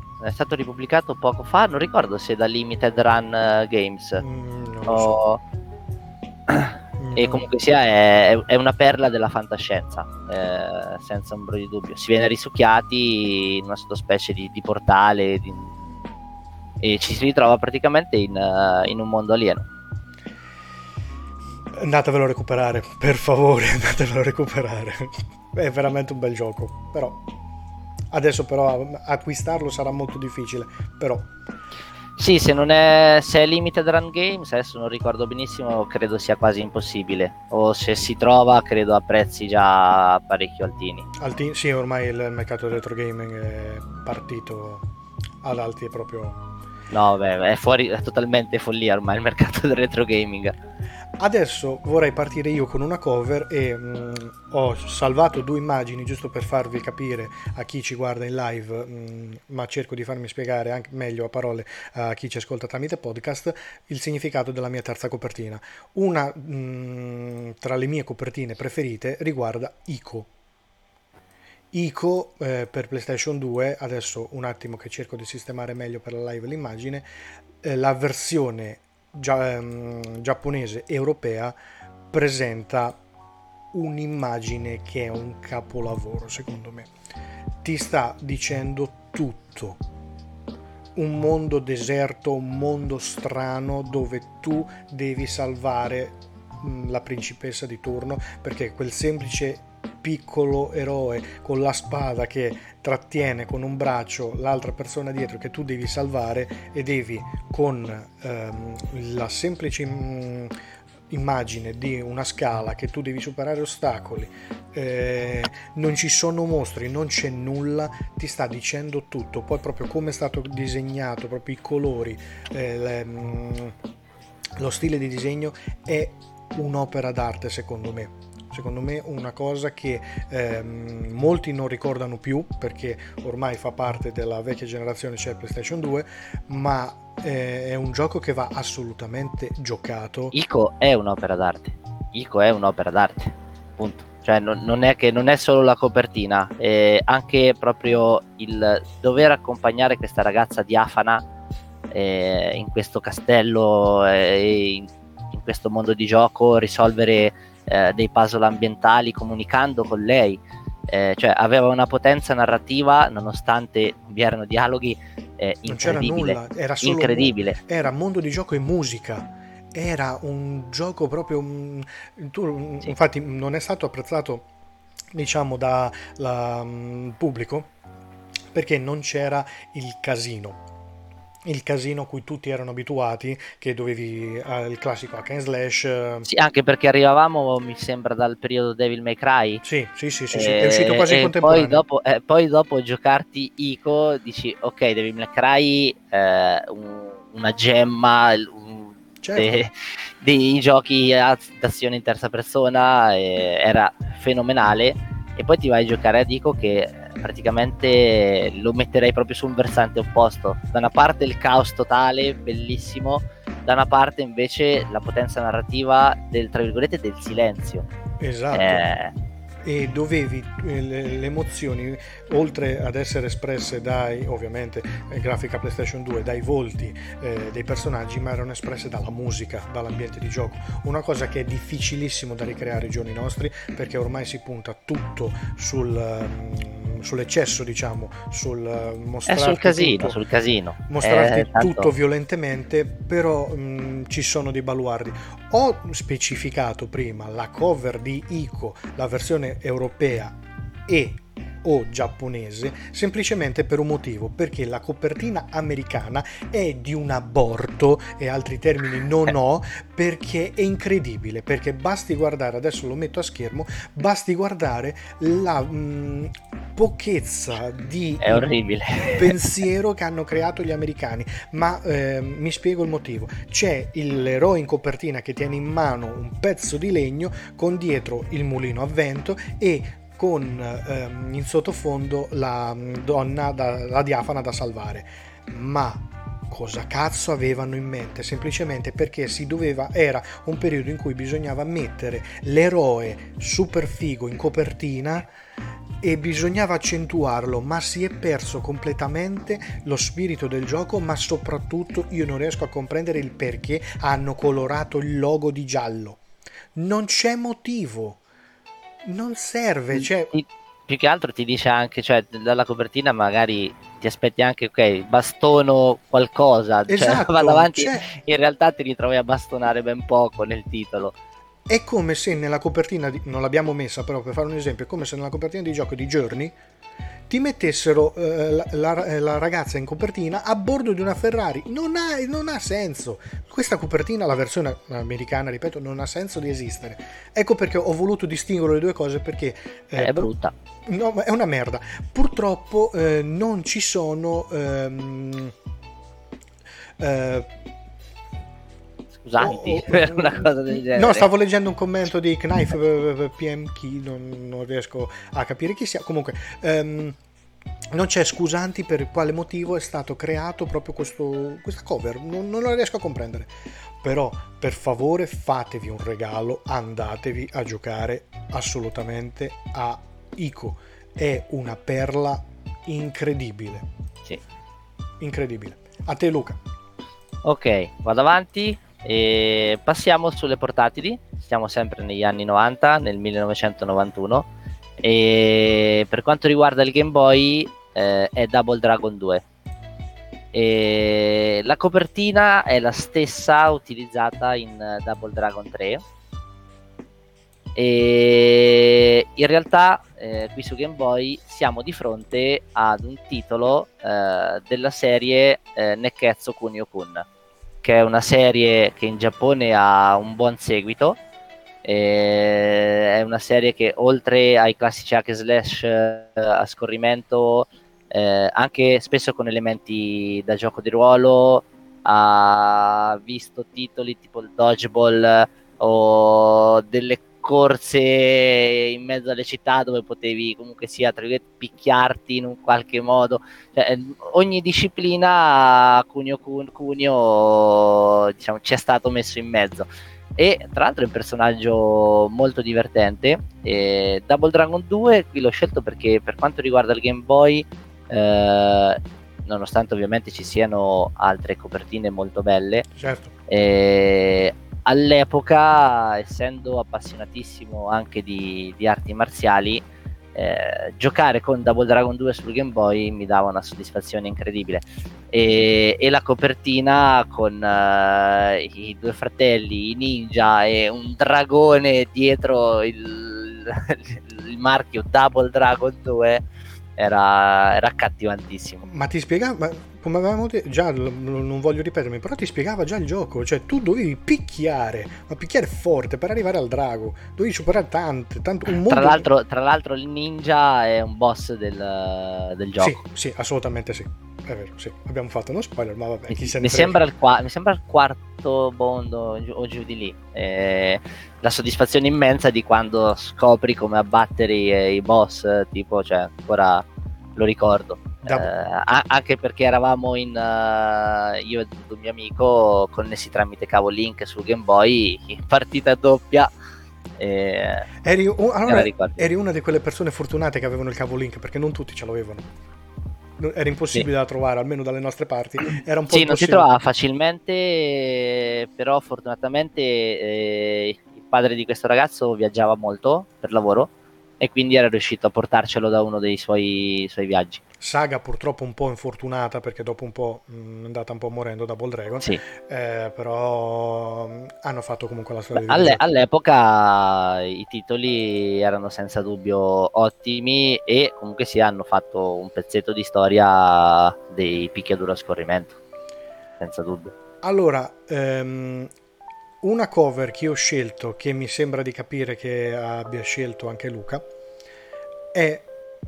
Non ricordo se da Limited Run Games. Non lo so. o- E No. comunque sia è una perla della fantascienza, senza ombra di dubbio. Si viene risucchiati in una sottospecie di portale e ci si ritrova praticamente in un mondo alieno. Andatevelo a recuperare, per favore, andatevelo a recuperare. È veramente un bel gioco, però adesso però acquistarlo sarà molto difficile, però Sì, se è Limited Run Games, adesso non ricordo benissimo, credo sia quasi impossibile. O se si trova, credo a prezzi già parecchio altini. sì, ormai il mercato del retro gaming è partito ad alti e proprio. No, beh, è totalmente follia ormai il mercato del retro gaming. Adesso vorrei partire io con una cover e ho salvato due immagini giusto per farvi capire a chi ci guarda in live, ma cerco di farmi spiegare anche meglio a parole a chi ci ascolta tramite podcast il significato della mia terza copertina. Una tra le mie copertine preferite riguarda Ico. Ico per PlayStation 2, adesso un attimo che cerco di sistemare meglio per la live l'immagine, la versione giapponese europea presenta un'immagine che è un capolavoro, secondo me. Ti sta dicendo tutto. Un mondo deserto, un mondo strano dove tu devi salvare la principessa di turno, perché quel semplice piccolo eroe con la spada che trattiene con un braccio l'altra persona dietro che tu devi salvare, e devi con la semplice immagine di una scala che tu devi superare ostacoli, non ci sono mostri, non c'è nulla, ti sta dicendo tutto. Poi proprio come è stato disegnato, proprio i colori, lo stile di disegno è un'opera d'arte, secondo me. Secondo me una cosa che molti non ricordano più, perché ormai fa parte della vecchia generazione, cioè PlayStation 2, ma è un gioco che va assolutamente giocato. Ico è un'opera d'arte. Ico è un'opera d'arte, punto. Cioè non è che non è solo la copertina, anche proprio il dover accompagnare questa ragazza diafana in questo castello, in questo mondo di gioco, risolvere dei puzzle ambientali comunicando con lei, cioè aveva una potenza narrativa nonostante vi erano dialoghi non c'era nulla, era solo incredibile. Era mondo di gioco e musica. Era un gioco proprio Sì. infatti non è stato apprezzato, diciamo, da pubblico, perché non c'era il casino a cui tutti erano abituati, che dovevi il classico hack and slash. Sì, anche perché arrivavamo, mi sembra, dal periodo Devil May Cry. Sì, è uscito quasi in E contemporanea. poi dopo giocarti Ico dici ok, Devil May Cry, una gemma, Certo. dei giochi d'azione in terza persona, era fenomenale. E poi ti vai a giocare a Ico, che praticamente lo metterei proprio su un versante opposto. Da una parte il caos totale, bellissimo, da una parte invece la potenza narrativa tra virgolette, del silenzio. Esatto. E dovevi le emozioni, oltre ad essere espresse dai, ovviamente, grafica PlayStation 2, dai volti dei personaggi, ma erano espresse dalla musica, dall'ambiente di gioco. Una cosa che è difficilissimo da ricreare ai giorni nostri, perché ormai si punta tutto sull'eccesso, diciamo, sul mostrarti Sul casino. mostrarti Tanto... tutto violentemente, però ci sono dei baluardi. Ho specificato prima la cover di Ico, la versione europea e o giapponese, semplicemente per un motivo, perché la copertina americana è di un aborto, e altri termini non ho, perché è incredibile, perché basti guardare, adesso lo metto a schermo, basti guardare la pochezza di è orribile. pensiero che hanno creato gli americani. Ma mi spiego il motivo. C'è l'eroe in copertina che tiene in mano un pezzo di legno con dietro il mulino a vento e con in sottofondo la donna, la diafana da salvare. Ma cosa cazzo avevano in mente? Semplicemente perché era un periodo in cui bisognava mettere l'eroe super figo in copertina e bisognava accentuarlo, ma si è perso completamente lo spirito del gioco. Ma soprattutto io non riesco a comprendere il perché hanno colorato il logo di giallo. Non c'è motivo, non serve, cioè... Più che altro ti dice anche, cioè dalla copertina magari ti aspetti anche, ok, bastono qualcosa, esatto, cioè vado avanti, in realtà ti ritrovi a bastonare ben poco nel titolo. È come se nella copertina, non l'abbiamo messa però per fare un esempio, è come se nella copertina di gioco di Journey ti mettessero la ragazza in copertina a bordo di una Ferrari. Non ha senso. Questa copertina, la versione americana, ripeto, non ha senso di esistere. Ecco perché ho voluto distinguere le due cose, perché è brutta. No, è una merda. Purtroppo non ci sono scusanti per una cosa del genere. No, stavo leggendo un commento di Knife PM Key, non riesco a capire chi sia. Comunque non c'è scusanti per quale motivo è stato creato proprio questa cover, non la riesco a comprendere. Però per favore fatevi un regalo, andatevi a giocare assolutamente a Ico. È una perla incredibile. Sì. Incredibile. A te Luca. Ok, vado avanti. E passiamo sulle portatili, stiamo sempre negli anni 90, nel 1991, e per quanto riguarda il Game Boy è Double Dragon 2. E la copertina è la stessa utilizzata in Double Dragon 3, e in realtà qui su Game Boy siamo di fronte ad un titolo della serie Nekketsu Kunio-kun, che è una serie che in Giappone ha un buon seguito. È una serie che, oltre ai classici hack and slash a scorrimento, anche spesso con elementi da gioco di ruolo, ha visto titoli tipo il Dodgeball o delle corse in mezzo alle città dove potevi comunque sia, tra virgolette, picchiarti in un qualche modo. Cioè, ogni disciplina Cuneo, diciamo, ci è stato messo in mezzo. E tra l'altro è un personaggio molto divertente. Double Dragon 2 qui l'ho scelto perché, per quanto riguarda il Game Boy, nonostante ovviamente ci siano altre copertine molto belle, Certo. all'epoca, essendo appassionatissimo anche di arti marziali, giocare con Double Dragon 2 sul Game Boy mi dava una soddisfazione incredibile. E la copertina con i due fratelli, i ninja e un dragone dietro il marchio Double Dragon 2 era accattivantissimo. Ma ti spiegava, ma come avevamo detto, già non voglio ripetermi, però ti spiegava già il gioco, cioè tu dovevi picchiare, ma picchiare forte per arrivare al drago, dovevi superare tanto un mondo. Tra l'altro il ninja è un boss del Sì, gioco. sì, assolutamente sì, è vero, sì, abbiamo fatto uno spoiler, ma vabbè, chi se ne Mi frega. sembra il quarto mondo o giù di lì. La soddisfazione immensa di quando scopri come abbattere i boss, tipo, cioè, ancora lo ricordo. Anche perché eravamo io e un mio amico connessi tramite cavo Link sul Game Boy in partita doppia. Allora, eri una di quelle persone fortunate che avevano il cavo Link, perché non tutti ce l'avevano. Era impossibile da trovare, almeno dalle nostre parti. Era un po' sì, non si impossibile. trovava facilmente, però fortunatamente il padre di questo ragazzo viaggiava molto per lavoro e quindi era riuscito a portarcelo da uno dei suoi viaggi. Saga purtroppo un po' infortunata, perché dopo un po' è andata un po' morendo Double Dragon, Sì. però hanno fatto comunque la storia di videogiochi. All'epoca i titoli erano senza dubbio ottimi e comunque sì, hanno fatto un pezzetto di storia dei picchiaduro a scorrimento, senza dubbio. Allora, una cover che ho scelto, che mi sembra di capire che abbia scelto anche Luca, è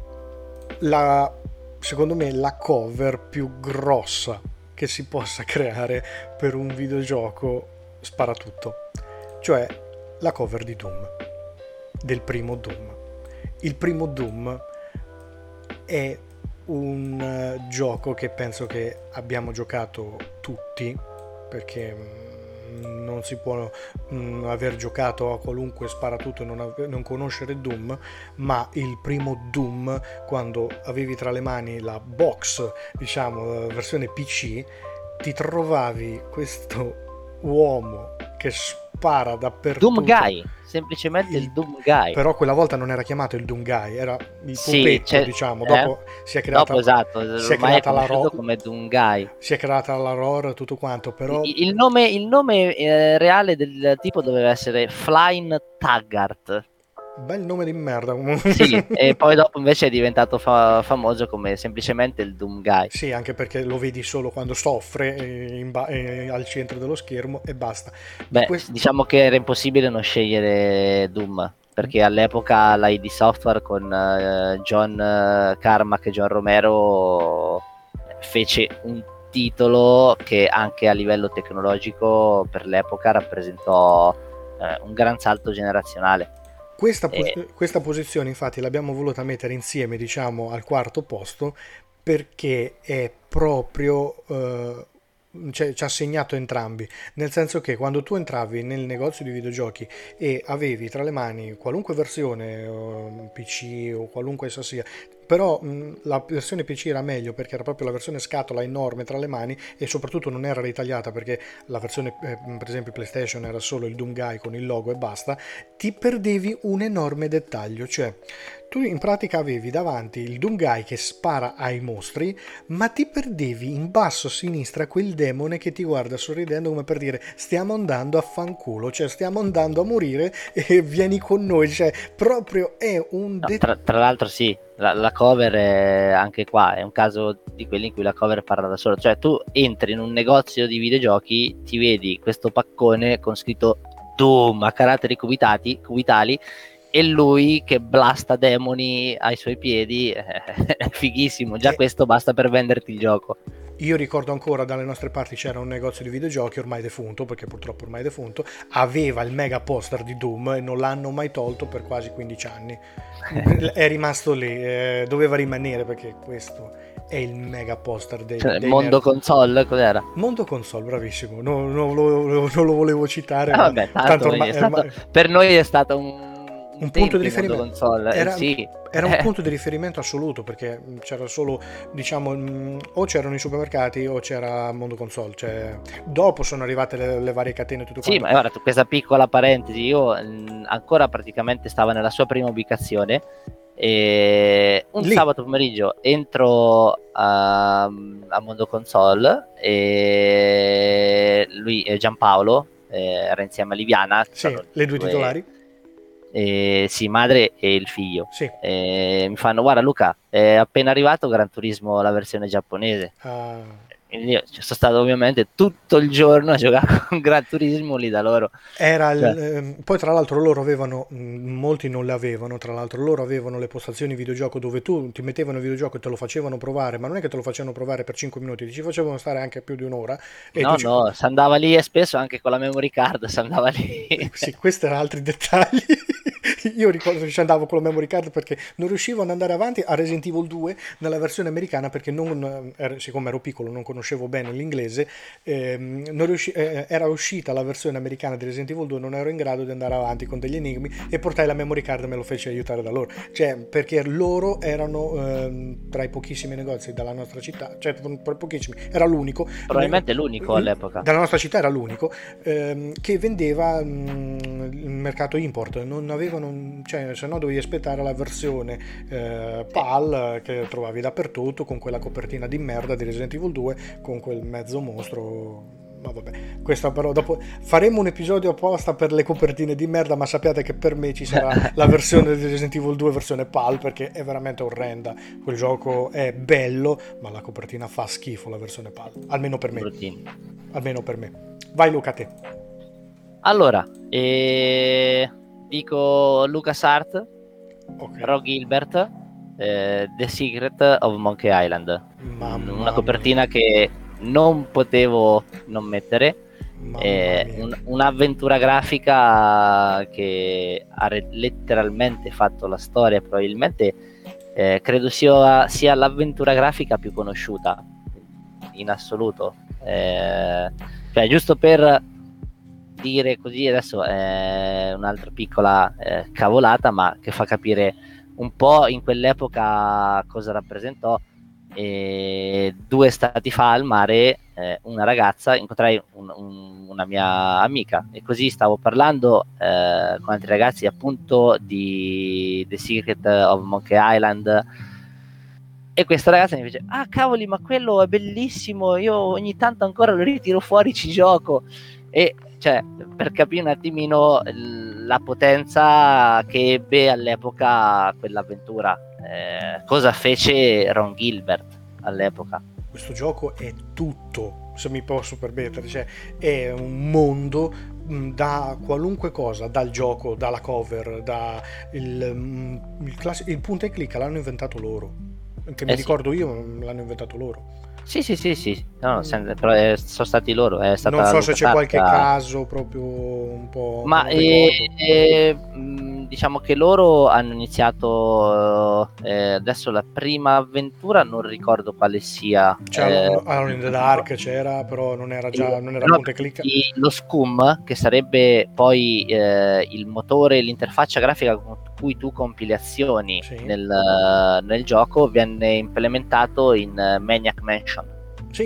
secondo me la cover più grossa che si possa creare per un videogioco sparatutto, cioè la cover di Doom, del primo Doom. Il primo Doom è un gioco che penso che abbiamo giocato tutti, perché non si può aver giocato a qualunque sparatutto e non conoscere Doom, ma il primo Doom, quando avevi tra le mani la box, diciamo, la versione PC, ti trovavi questo uomo che spara dappertutto. Doom Guy, semplicemente il Doom Guy. Però quella volta non era chiamato il Doom Guy, era il pupetto, diciamo. Dopo si è creata, esatto, ormai è conosciuto la come Doom Guy. Si è creata la lore, tutto quanto, però Il nome reale del tipo doveva essere Flying Taggart. bel nome di merda comunque. Sì, e poi dopo invece è diventato famoso come semplicemente il Doom Guy. Sì, anche perché lo vedi solo quando soffre al centro dello schermo e basta. Diciamo che era impossibile non scegliere Doom, perché all'epoca la ID Software con John Carmack e John Romero fece un titolo che anche a livello tecnologico per l'epoca rappresentò un gran salto generazionale. Questa posizione infatti l'abbiamo voluta mettere insieme, diciamo, al quarto posto, perché è proprio ci ha segnato entrambi, nel senso che quando tu entravi nel negozio di videogiochi e avevi tra le mani qualunque versione PC o qualunque essa sia, però la versione PC era meglio perché era proprio la versione scatola enorme tra le mani e soprattutto non era ritagliata perché la versione, per esempio PlayStation, era solo il Doomguy con il logo e basta. Ti perdevi un enorme dettaglio, cioè tu in pratica avevi davanti il Doomguy che spara ai mostri, ma ti perdevi in basso a sinistra quel demone che ti guarda sorridendo come per dire stiamo andando a fanculo, cioè stiamo andando a morire e vieni con noi, cioè proprio è un No, tra l'altro sì, la cover è, anche qua è un caso di quelli in cui la cover parla da sola, cioè tu entri in un negozio di videogiochi, ti vedi questo paccone con scritto Doom a caratteri cubitali e lui che blasta demoni ai suoi piedi, è fighissimo, già questo basta per venderti il gioco. Io ricordo ancora dalle nostre parti c'era un negozio di videogiochi ormai defunto, perché purtroppo ormai è defunto, aveva il mega poster di Doom e non l'hanno mai tolto per quasi 15 anni. È rimasto lì, doveva rimanere perché questo è il mega poster dei Mondo nerd. Console, cos'era? Mondo Console, bravissimo, non lo volevo citare, ma Vabbè, tanto ormai per noi è stato un punto di riferimento. Console. Sì. Era un punto di riferimento assoluto perché c'era solo, diciamo, o c'erano i supermercati o c'era Mondo Console, cioè dopo sono arrivate le varie catene tutto sì, quanto. ma guarda, questa piccola parentesi, io ancora praticamente stavo nella sua prima ubicazione e un Lì. sabato pomeriggio entro a Mondo Console e lui, Giampaolo, era insieme a Liviana, Sì, le due titolari. Sì, madre e il figlio. Sì. Mi fanno: guarda Luca, è appena arrivato Gran Turismo la versione giapponese. Quindi io sono stato ovviamente tutto il giorno a giocare con Gran Turismo lì da loro. Poi tra l'altro loro avevano, molti non le avevano, tra l'altro loro avevano le postazioni videogioco dove tu ti mettevano il videogioco e te lo facevano provare, ma non è che te lo facevano provare per 5 minuti, ci facevano stare anche più di un'ora. E No, si andava lì e spesso anche con la memory card si andava lì. Sì, questi erano altri dettagli. Io ricordo che ci andavo con la memory card perché non riuscivo ad andare avanti a Resident Evil 2 nella versione americana perché siccome ero piccolo non conoscevo bene l'inglese, era uscita la versione americana di Resident Evil 2, non ero in grado di andare avanti con degli enigmi e portai la memory card e me lo fece aiutare da loro, cioè perché loro erano tra i pochissimi negozi dalla nostra città, cioè pochissimi, era l'unico, probabilmente l'unico all'epoca dalla nostra città era l'unico che vendeva il mercato import, non avevano, cioè se no dovevi aspettare la versione PAL che trovavi dappertutto con quella copertina di merda di Resident Evil 2 con quel mezzo mostro. Ma vabbè, questa però dopo faremo un episodio apposta per le copertine di merda, ma sappiate che per me ci sarà la versione di Resident Evil 2 versione PAL perché è veramente orrenda. Quel gioco è bello, ma la copertina fa schifo, la versione PAL, almeno per me. Bruttini. Almeno per me. Vai Luca, te. Allora, dico LucasArts, Okay. Ro Gilbert, The Secret of Monkey Island. Una copertina che non potevo non mettere, un'avventura grafica che ha letteralmente fatto la storia, probabilmente credo sia l'avventura grafica più conosciuta in assoluto, cioè giusto per dire così, adesso è un'altra piccola cavolata, ma che fa capire un po' in quell'epoca cosa rappresentò. 2 estati fa al mare, una ragazza, incontrai una mia amica e così stavo parlando con altri ragazzi appunto di The Secret of Monkey Island e questa ragazza mi dice: ah cavoli, ma quello è bellissimo, io ogni tanto ancora lo ritiro fuori, ci gioco. E cioè, per capire un attimino la potenza che ebbe all'epoca quell'avventura, cosa fece Ron Gilbert all'epoca. Questo gioco è tutto, se mi posso permettere, cioè è un mondo da qualunque cosa, dal gioco, dalla cover, il punta e clicca l'hanno inventato loro, che mi ricordo io l'hanno inventato loro. Sì. No, però sono stati loro. È stata non so se c'è qualche caso proprio un po'. Ma diciamo che loro hanno iniziato adesso la prima avventura, non ricordo quale sia. Alone in the Dark c'era, però non era Però punta e clicca. lo Scum, che sarebbe poi il motore, l'interfaccia grafica con cui tu compili azioni Sì. nel gioco, venne implementato in Maniac Mansion. Sì.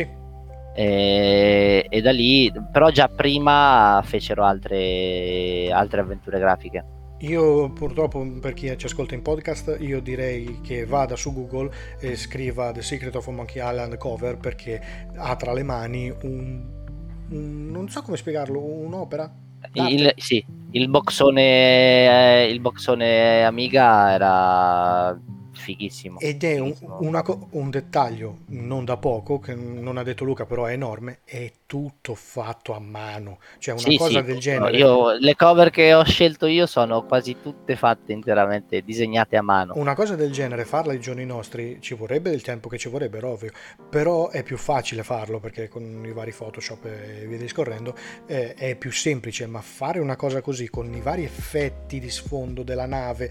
E da lì, però già prima fecero altre avventure grafiche. Io purtroppo, per chi ci ascolta in podcast, io direi che vada su Google e scriva The Secret of Monkey Island cover, perché ha tra le mani non so come spiegarlo, un'opera d'arte. Sì, il boxone Amiga era fighissimo, Ed è fighissimo. un dettaglio non da poco, che non ha detto Luca, però è enorme, è tutto fatto a mano. Cioè una Sì, cosa sì, del genere. le cover che ho scelto io sono quasi tutte fatte interamente, disegnate a mano. Una cosa del genere, farla ai giorni nostri, ci vorrebbe del tempo che ci vorrebbe, ovvio, però è più facile farlo perché con i vari Photoshop e via discorrendo è più semplice, ma fare una cosa così con i vari effetti di sfondo della nave,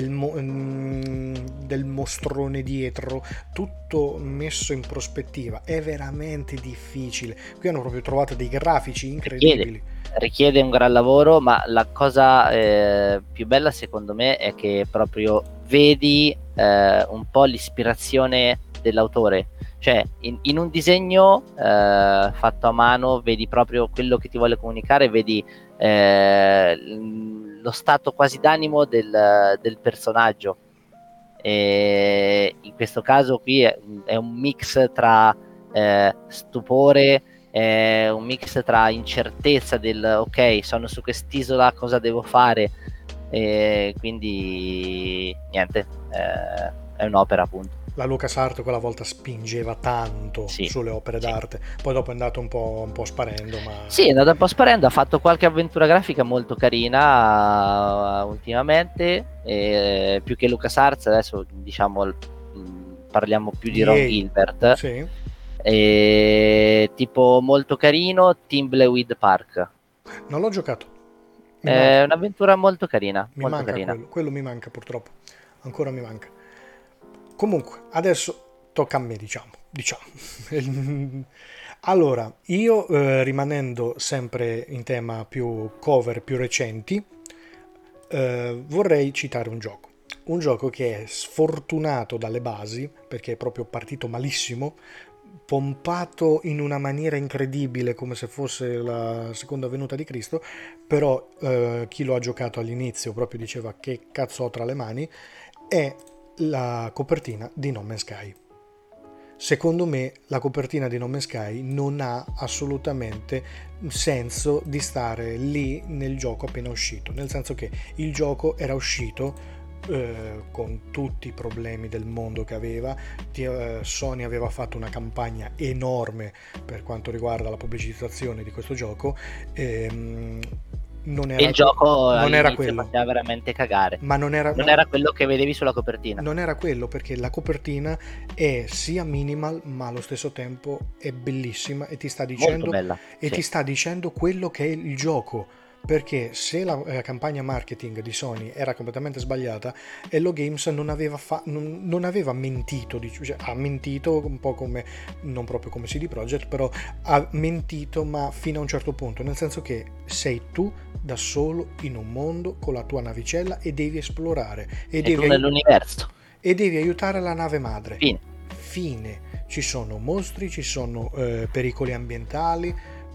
del mostrone dietro, tutto messo in prospettiva, è veramente difficile. Qui hanno proprio trovato dei grafici incredibili. Richiede un gran lavoro, ma la cosa più bella secondo me è che proprio vedi un po' l'ispirazione dell'autore, cioè in un disegno fatto a mano vedi proprio quello che ti vuole comunicare, vedi lo stato quasi d'animo del personaggio, e in questo caso qui è un mix tra stupore, è un mix tra incertezza del ok, sono su quest'isola, cosa devo fare, e quindi niente, è un'opera appunto. La LucasArts quella volta spingeva tanto Sì, sulle opere sì. d'arte, poi dopo è andato un po' sparendo, ma Sì, è andato un po' sparendo, ha fatto qualche avventura grafica molto carina ultimamente, più che LucasArts, adesso diciamo parliamo più di Ron EA, Gilbert, sì, tipo molto carino, Thimbleweed Park. non l'ho giocato, mi È manca, un'avventura molto carina, mi molto manca carina. quello mi manca purtroppo, ancora mi manca. Comunque, adesso tocca a me, diciamo. Allora, io rimanendo sempre in tema più cover, più recenti, vorrei citare un gioco che è sfortunato dalle basi, perché è proprio partito malissimo, pompato in una maniera incredibile come se fosse la seconda venuta di Cristo, però chi lo ha giocato all'inizio proprio diceva che cazzo ho tra le mani, è la copertina di No Man's Sky. Secondo me la copertina di No Man's Sky non ha assolutamente senso di stare lì nel gioco appena uscito, nel senso che il gioco era uscito con tutti i problemi del mondo che aveva. Sony aveva fatto una campagna enorme per quanto riguarda la pubblicizzazione di questo gioco, non E era, il gioco non era all'inizio quello, faceva veramente cagare. ma Non era quello che vedevi sulla copertina. non era quello, perché la copertina è sia minimal ma allo stesso tempo è bellissima e Molto bella, ti sì. sta dicendo quello che è il gioco. Perché se la campagna marketing di Sony era completamente sbagliata, Hello Games non aveva mentito, cioè, ha mentito un po' come, non proprio come CD Projekt, però ha mentito ma fino a un certo punto, nel senso che sei tu da solo in un mondo con la tua navicella e devi esplorare E tu nell'universo. e devi aiutare la nave madre. Fine. Fine. Ci sono mostri, ci sono pericoli ambientali,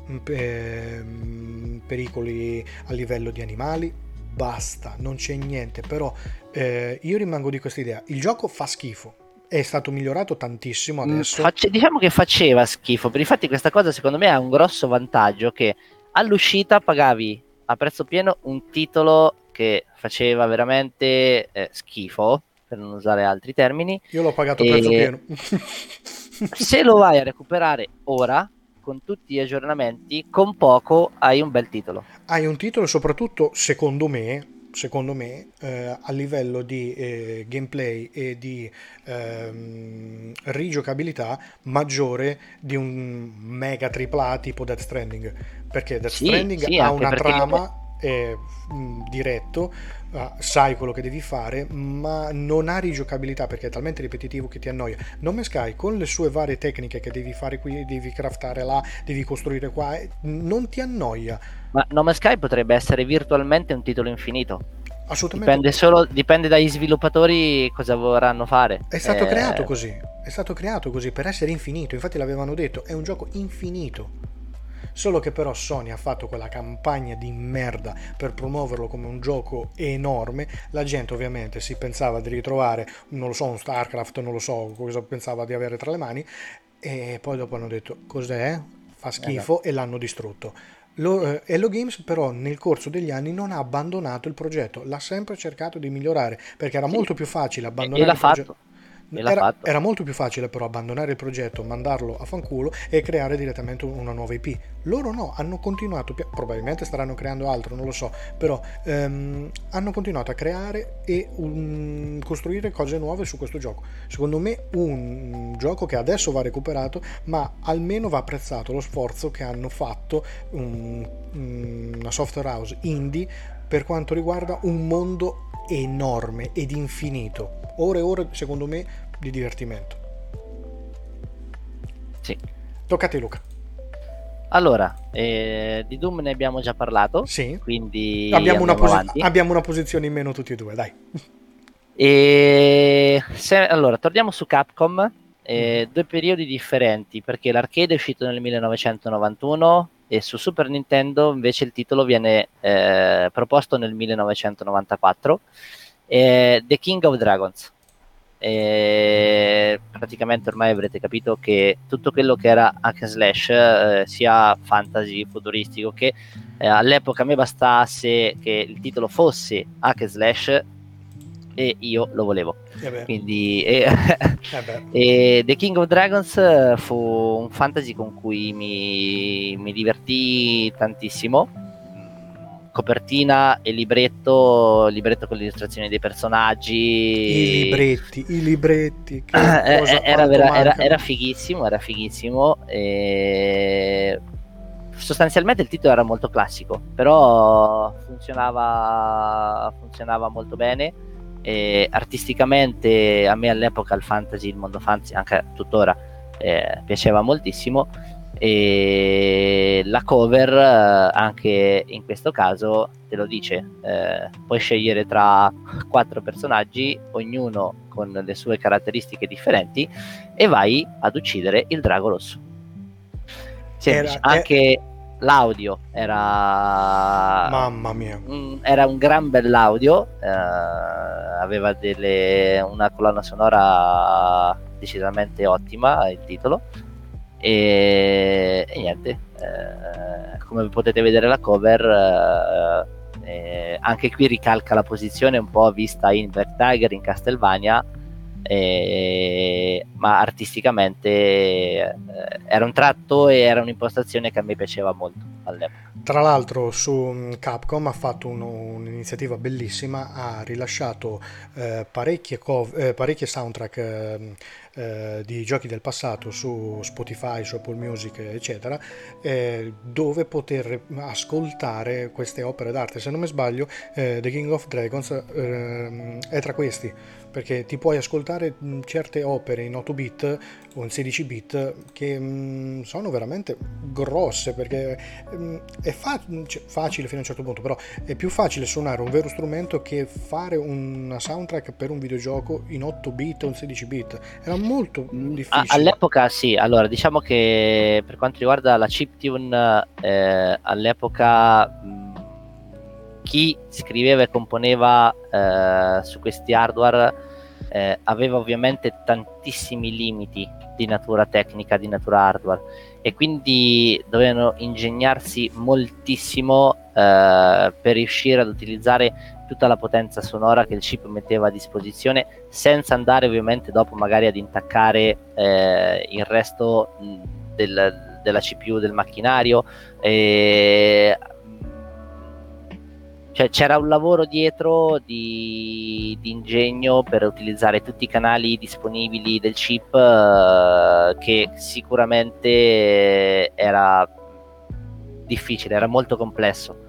pericoli a livello di animali. Basta, non c'è niente. Però io rimango di questa idea. Il gioco fa schifo. È stato migliorato tantissimo adesso. Diciamo che faceva schifo. Per infatti questa cosa secondo me ha un grosso vantaggio, che all'uscita pagavi a prezzo pieno un titolo che faceva veramente schifo, per non usare altri termini, Io l'ho pagato a prezzo e pieno. se lo vai a recuperare ora con tutti gli aggiornamenti, con poco hai un bel titolo. Hai un titolo, soprattutto secondo me, a livello di gameplay e di rigiocabilità maggiore di un mega AAA tipo Death Stranding, perché Death Sì, Stranding sì, ha anche una perché trama diretto, sai quello che devi fare, ma non ha rigiocabilità perché è talmente ripetitivo che ti annoia. No Man's Sky, con le sue varie tecniche che devi fare qui, devi craftare là, devi costruire qua, non ti annoia. Ma No Man's Sky potrebbe essere virtualmente un titolo infinito. Assolutamente. Dipende dagli sviluppatori cosa vorranno fare. È stato creato così per essere infinito, infatti l'avevano detto, è un gioco infinito. Solo che però Sony ha fatto quella campagna di merda per promuoverlo come un gioco enorme, la gente ovviamente si pensava di ritrovare, non lo so, un StarCraft, non lo so cosa pensava di avere tra le mani, e poi dopo hanno detto cos'è? Fa No. schifo e l'hanno distrutto. Hello Games però nel corso degli anni non ha abbandonato il progetto, l'ha sempre cercato di migliorare perché era Sì, molto più facile e abbandonare l'ha il progetto. fatto. E l'ha fatto. Era molto più facile però abbandonare il progetto, mandarlo a fanculo e creare direttamente una nuova IP. Loro no, hanno continuato, probabilmente staranno creando altro, non lo so, però hanno continuato a creare e costruire cose nuove su questo gioco. Secondo me un gioco che adesso va recuperato, ma almeno va apprezzato lo sforzo che hanno fatto una software house indie per quanto riguarda un mondo enorme ed infinito. Ore e ore, secondo me, di divertimento. Sì. Tocca a te, Luca. Allora, di Doom ne abbiamo già parlato, Sì. quindi andiamo avanti. Abbiamo una posizione in meno tutti e due, dai. Allora, torniamo su Capcom. Due periodi differenti, perché l'arcade è uscito nel 1991 e su Super Nintendo invece il titolo viene proposto nel 1994. The King of Dragons. Praticamente ormai avrete capito che tutto quello che era hack and slash, sia fantasy, futuristico, che all'epoca a me bastasse che il titolo fosse hack and slash e io lo volevo. Quindi e The King of Dragons fu un fantasy con cui mi divertì tantissimo. Copertina e libretto con le illustrazioni dei personaggi. I libretti, che cosa, era fighissimo. E sostanzialmente il titolo era molto classico, però funzionava molto bene. E artisticamente a me all'epoca il mondo fantasy, anche tuttora, piaceva moltissimo. E la cover anche in questo caso te lo dice, puoi scegliere tra 4 personaggi, ognuno con le sue caratteristiche differenti, e vai ad uccidere il drago rosso. Anche l'audio era, mamma mia, era un gran bell'audio, aveva una colonna sonora decisamente ottima, il titolo. E niente, come potete vedere la cover, anche qui ricalca la posizione un po' vista in Black Tiger, in Castlevania, ma artisticamente era un tratto e era un'impostazione che a me piaceva molto all'epoca. Tra l'altro su Capcom ha fatto un'iniziativa bellissima, ha rilasciato parecchie soundtrack di giochi del passato su Spotify, su Apple Music, eccetera, dove poter ascoltare queste opere d'arte. Se non mi sbaglio, The King of Dragons è tra questi, perché ti puoi ascoltare certe opere in 8 bit o in 16 bit che sono veramente grosse, perché è facile fino a un certo punto, però è più facile suonare un vero strumento che fare una soundtrack per un videogioco in 8 bit o in 16 bit. Era molto difficile. All'epoca sì, allora diciamo che per quanto riguarda la chiptune, all'epoca chi scriveva e componeva su questi hardware aveva ovviamente tantissimi limiti di natura tecnica, di natura hardware, e quindi dovevano ingegnarsi moltissimo per riuscire ad utilizzare tutta la potenza sonora che il chip metteva a disposizione, senza andare ovviamente dopo magari ad intaccare il resto della CPU, del macchinario. Cioè c'era un lavoro dietro di ingegno per utilizzare tutti i canali disponibili del chip, che sicuramente era difficile, era molto complesso.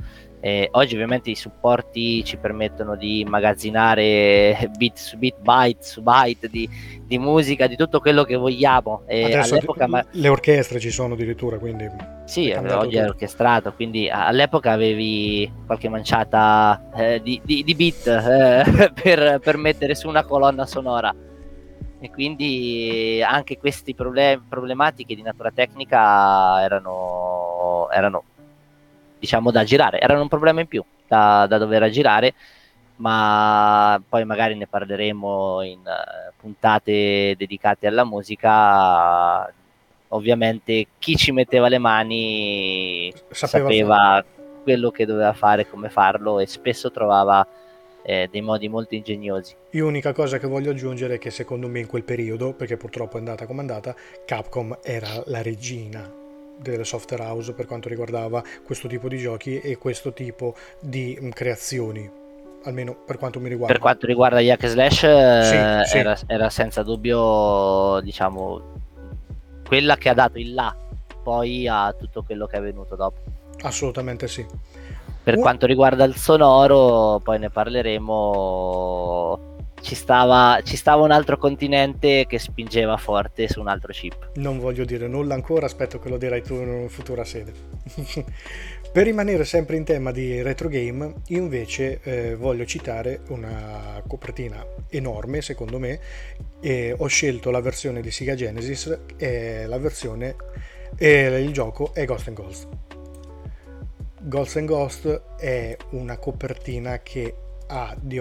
Oggi ovviamente i supporti ci permettono di immagazzinare bit su bit, byte su byte di musica, di tutto quello che vogliamo. Adesso All'epoca le orchestre ci sono addirittura, quindi sì, è cambiato oggi è tutto. orchestrato, quindi all'epoca avevi qualche manciata di bit per mettere su una colonna sonora. E quindi anche queste problematiche di natura tecnica erano diciamo da girare, erano un problema in più da dover aggirare, ma poi magari ne parleremo in puntate dedicate alla musica. Ovviamente chi ci metteva le mani sapeva quello che doveva fare, come farlo, e spesso trovava dei modi molto ingegnosi. Io unica cosa che voglio aggiungere è che secondo me in quel periodo, perché purtroppo è andata come è andata, Capcom era la regina del software house per quanto riguardava questo tipo di giochi e questo tipo di creazioni, almeno per quanto mi riguarda. Per quanto riguarda gli hack and slash, sì. era senza dubbio, diciamo, quella che ha dato il là poi a tutto quello che è venuto dopo. Assolutamente sì. Per quanto riguarda il sonoro, poi ne parleremo. Ci stava un altro continente che spingeva forte su un altro chip. Non voglio dire nulla ancora, aspetto che lo dirai tu in una futura sede. Per rimanere sempre in tema di retro game, io invece voglio citare una copertina enorme, secondo me, e ho scelto la versione di Sega Genesis e la versione il gioco è Ghost and Ghost. Ghost and Ghost è una copertina che ha di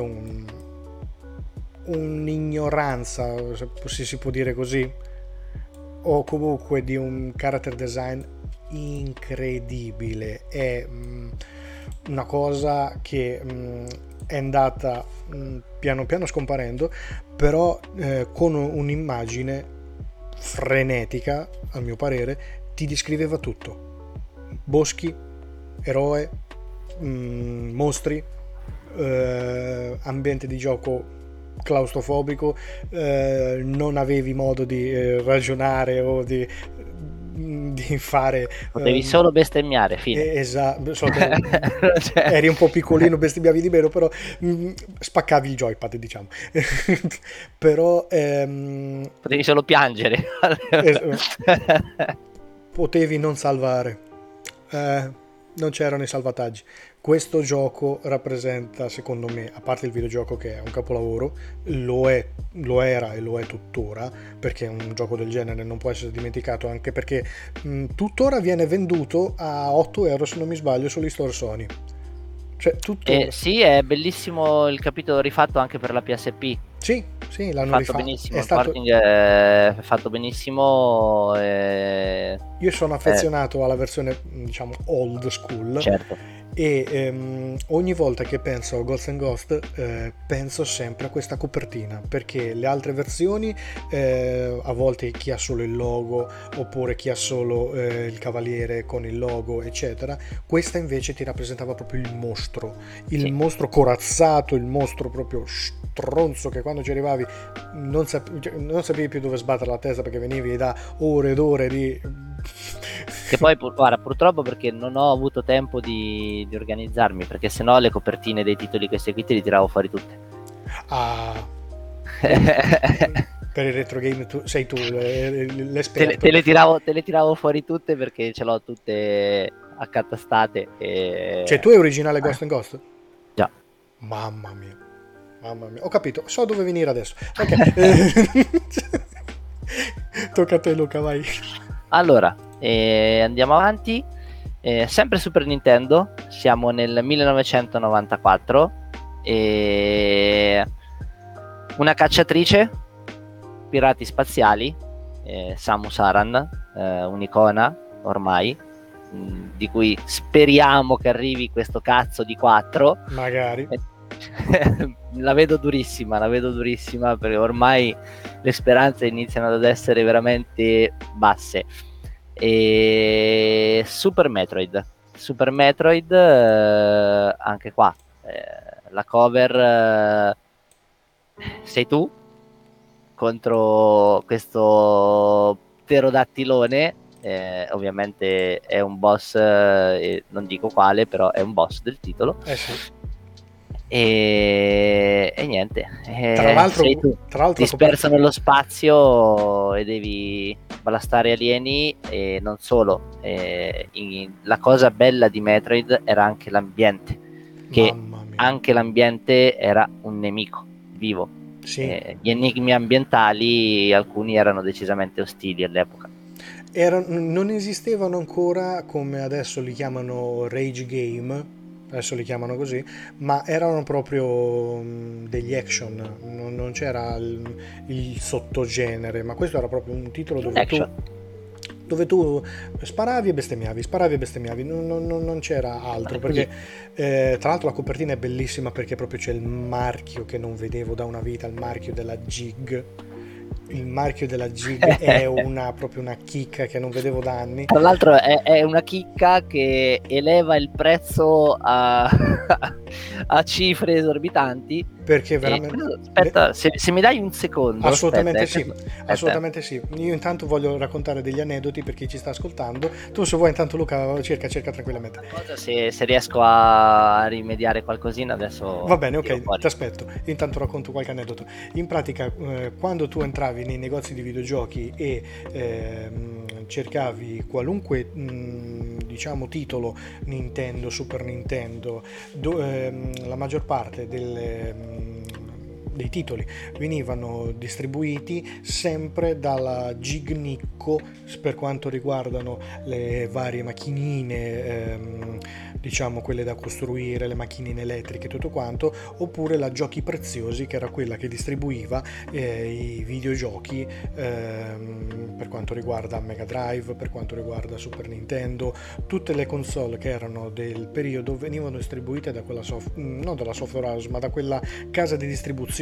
un'ignoranza, se si può dire così, o comunque di un character design incredibile. È una cosa che è andata piano piano scomparendo, però con un'immagine frenetica, a mio parere, ti descriveva tutto: boschi, eroe, mostri, ambiente di gioco claustrofobico, non avevi modo di ragionare o di fare, potevi solo bestemmiare, fine. Esatto, eri un po' piccolino, bestemmiavi di meno, però spaccavi il joypad, diciamo. Però potevi solo piangere. Potevi non salvare, non c'erano i salvataggi. Questo gioco rappresenta, secondo me, a parte il videogioco che è un capolavoro, lo era e lo è tuttora, perché un gioco del genere non può essere dimenticato, anche perché tuttora viene venduto a 8 euro, se non mi sbaglio, sugli store Sony. Cioè, tuttora. Sì, è bellissimo il capitolo rifatto anche per la PSP. Sì, l'hanno fatto rifatto. benissimo, il porting è fatto benissimo. Io sono affezionato alla versione, diciamo, old school. Certo. E ogni volta che penso a Ghost and Ghost penso sempre a questa copertina, perché le altre versioni a volte chi ha solo il logo oppure chi ha solo il cavaliere con il logo eccetera, questa invece ti rappresentava proprio il mostro corazzato, il mostro proprio stronzo che quando ci arrivavi non sapevi più dove sbattere la testa, perché venivi da ore ed ore di che poi guarda, purtroppo, perché non ho avuto tempo di organizzarmi, perché sennò le copertine dei titoli che seguiti li tiravo fuori tutte. Per il retro game sei tu l'esperto. Te le tiravo fuori tutte perché ce l'ho tutte accatastate Cioè tu è originale Ghost and Ghost? Già. Mamma mia, ho capito, so dove venire adesso. Ok. Tocca a te, Luca, vai. Allora, andiamo avanti. Sempre Super Nintendo, siamo nel 1994. Una cacciatrice, pirati spaziali, Samus Aran, un'icona ormai, di cui speriamo che arrivi questo cazzo di 4. Magari. La vedo durissima, perché ormai le speranze iniziano ad essere veramente basse. E Super Metroid, anche qua la cover sei tu contro questo pterodattilone ovviamente è un boss, non dico quale, però è un boss del titolo. Sì. E niente, Tra l'altro, disperso nello spazio e devi blastare alieni, e non solo. La cosa bella di Metroid era anche l'ambiente, che anche l'ambiente era un nemico vivo. Sì. Gli enigmi ambientali, alcuni erano decisamente ostili all'epoca. Non esistevano ancora, come adesso li chiamano rage game, adesso li chiamano così, ma erano proprio degli action, non c'era il sottogenere, ma questo era proprio un titolo dove tu sparavi e bestemmiavi, non c'era altro, perché tra l'altro la copertina è bellissima, perché proprio c'è il marchio che non vedevo da una vita, il marchio della Jig. Il marchio della Jig è proprio una chicca che non vedevo da anni. Tra l'altro è una chicca che eleva il prezzo a cifre esorbitanti. Perché veramente... Aspetta, se mi dai un secondo. Assolutamente sì, assolutamente sì. Io intanto voglio raccontare degli aneddoti per chi ci sta ascoltando. Tu, se vuoi, intanto Luca, cerca tranquillamente. Se riesco a rimediare qualcosina adesso. Va bene, ok, ti aspetto. Intanto racconto qualche aneddoto. In pratica, quando tu entravi nei negozi di videogiochi e cercavi qualunque diciamo titolo Nintendo, Super Nintendo, la maggior parte dei titoli venivano distribuiti sempre dalla Jig Nicco per quanto riguardano le varie macchinine, diciamo quelle da costruire, le macchinine elettriche, tutto quanto, oppure la Giochi Preziosi, che era quella che distribuiva i videogiochi per quanto riguarda Mega Drive, per quanto riguarda Super Nintendo. Tutte le console che erano del periodo venivano distribuite da quella non dalla software house, ma da quella casa di distribuzione,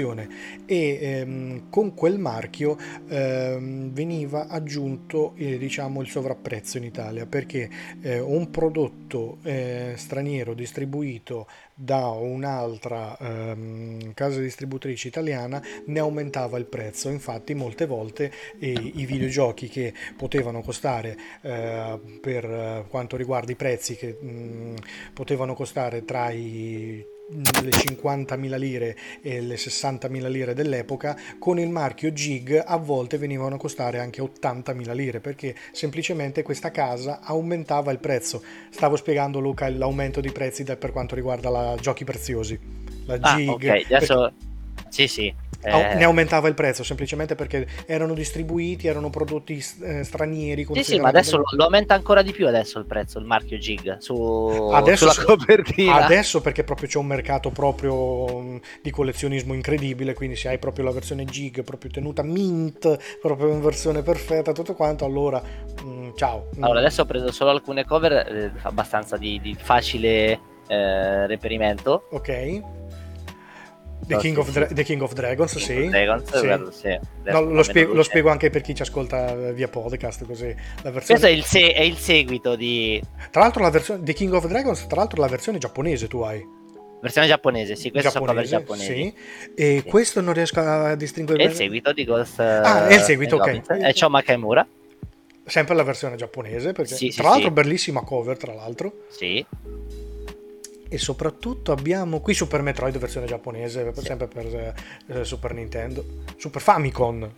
e con quel marchio veniva aggiunto diciamo il sovrapprezzo in Italia, perché un prodotto straniero distribuito da un'altra casa distributrice italiana ne aumentava il prezzo. Infatti molte volte i videogiochi che potevano costare per quanto riguarda i prezzi, che potevano costare tra le 50.000 lire e le 60.000 lire dell'epoca, con il marchio Jig a volte venivano a costare anche 80.000 lire, perché semplicemente questa casa aumentava il prezzo. Stavo spiegando, Luca, l'aumento di prezzi per quanto riguarda la Giochi Preziosi, la Jig. Ok, adesso sì. Ne aumentava il prezzo semplicemente perché erano distribuiti, erano prodotti stranieri. Sì, ma adesso lo aumenta ancora di più adesso il prezzo, il marchio Jig sulla copertina. Adesso, perché proprio c'è un mercato proprio di collezionismo incredibile, quindi se hai proprio la versione Jig proprio tenuta mint, proprio in versione perfetta, tutto quanto, allora ciao. Allora, adesso ho preso solo alcune cover abbastanza di facile reperimento. Ok. The King of Dragons, sì. Sì. No, lo spiego anche per chi ci ascolta via podcast, così la versione... Questo è il seguito di... Tra l'altro la versione The King of Dragons, tra l'altro la versione giapponese tu hai. Versione giapponese, sì, questo sono cover giapponesi. Sì. E sì. Questo non riesco a distinguere. È il seguito di Ghost. È il seguito, ok. È Sho Makemura. Sempre la versione giapponese, perché sì, tra l'altro bellissima cover, tra l'altro. Sì. E soprattutto abbiamo qui Super Metroid versione giapponese, sempre per Super Nintendo, Super Famicom,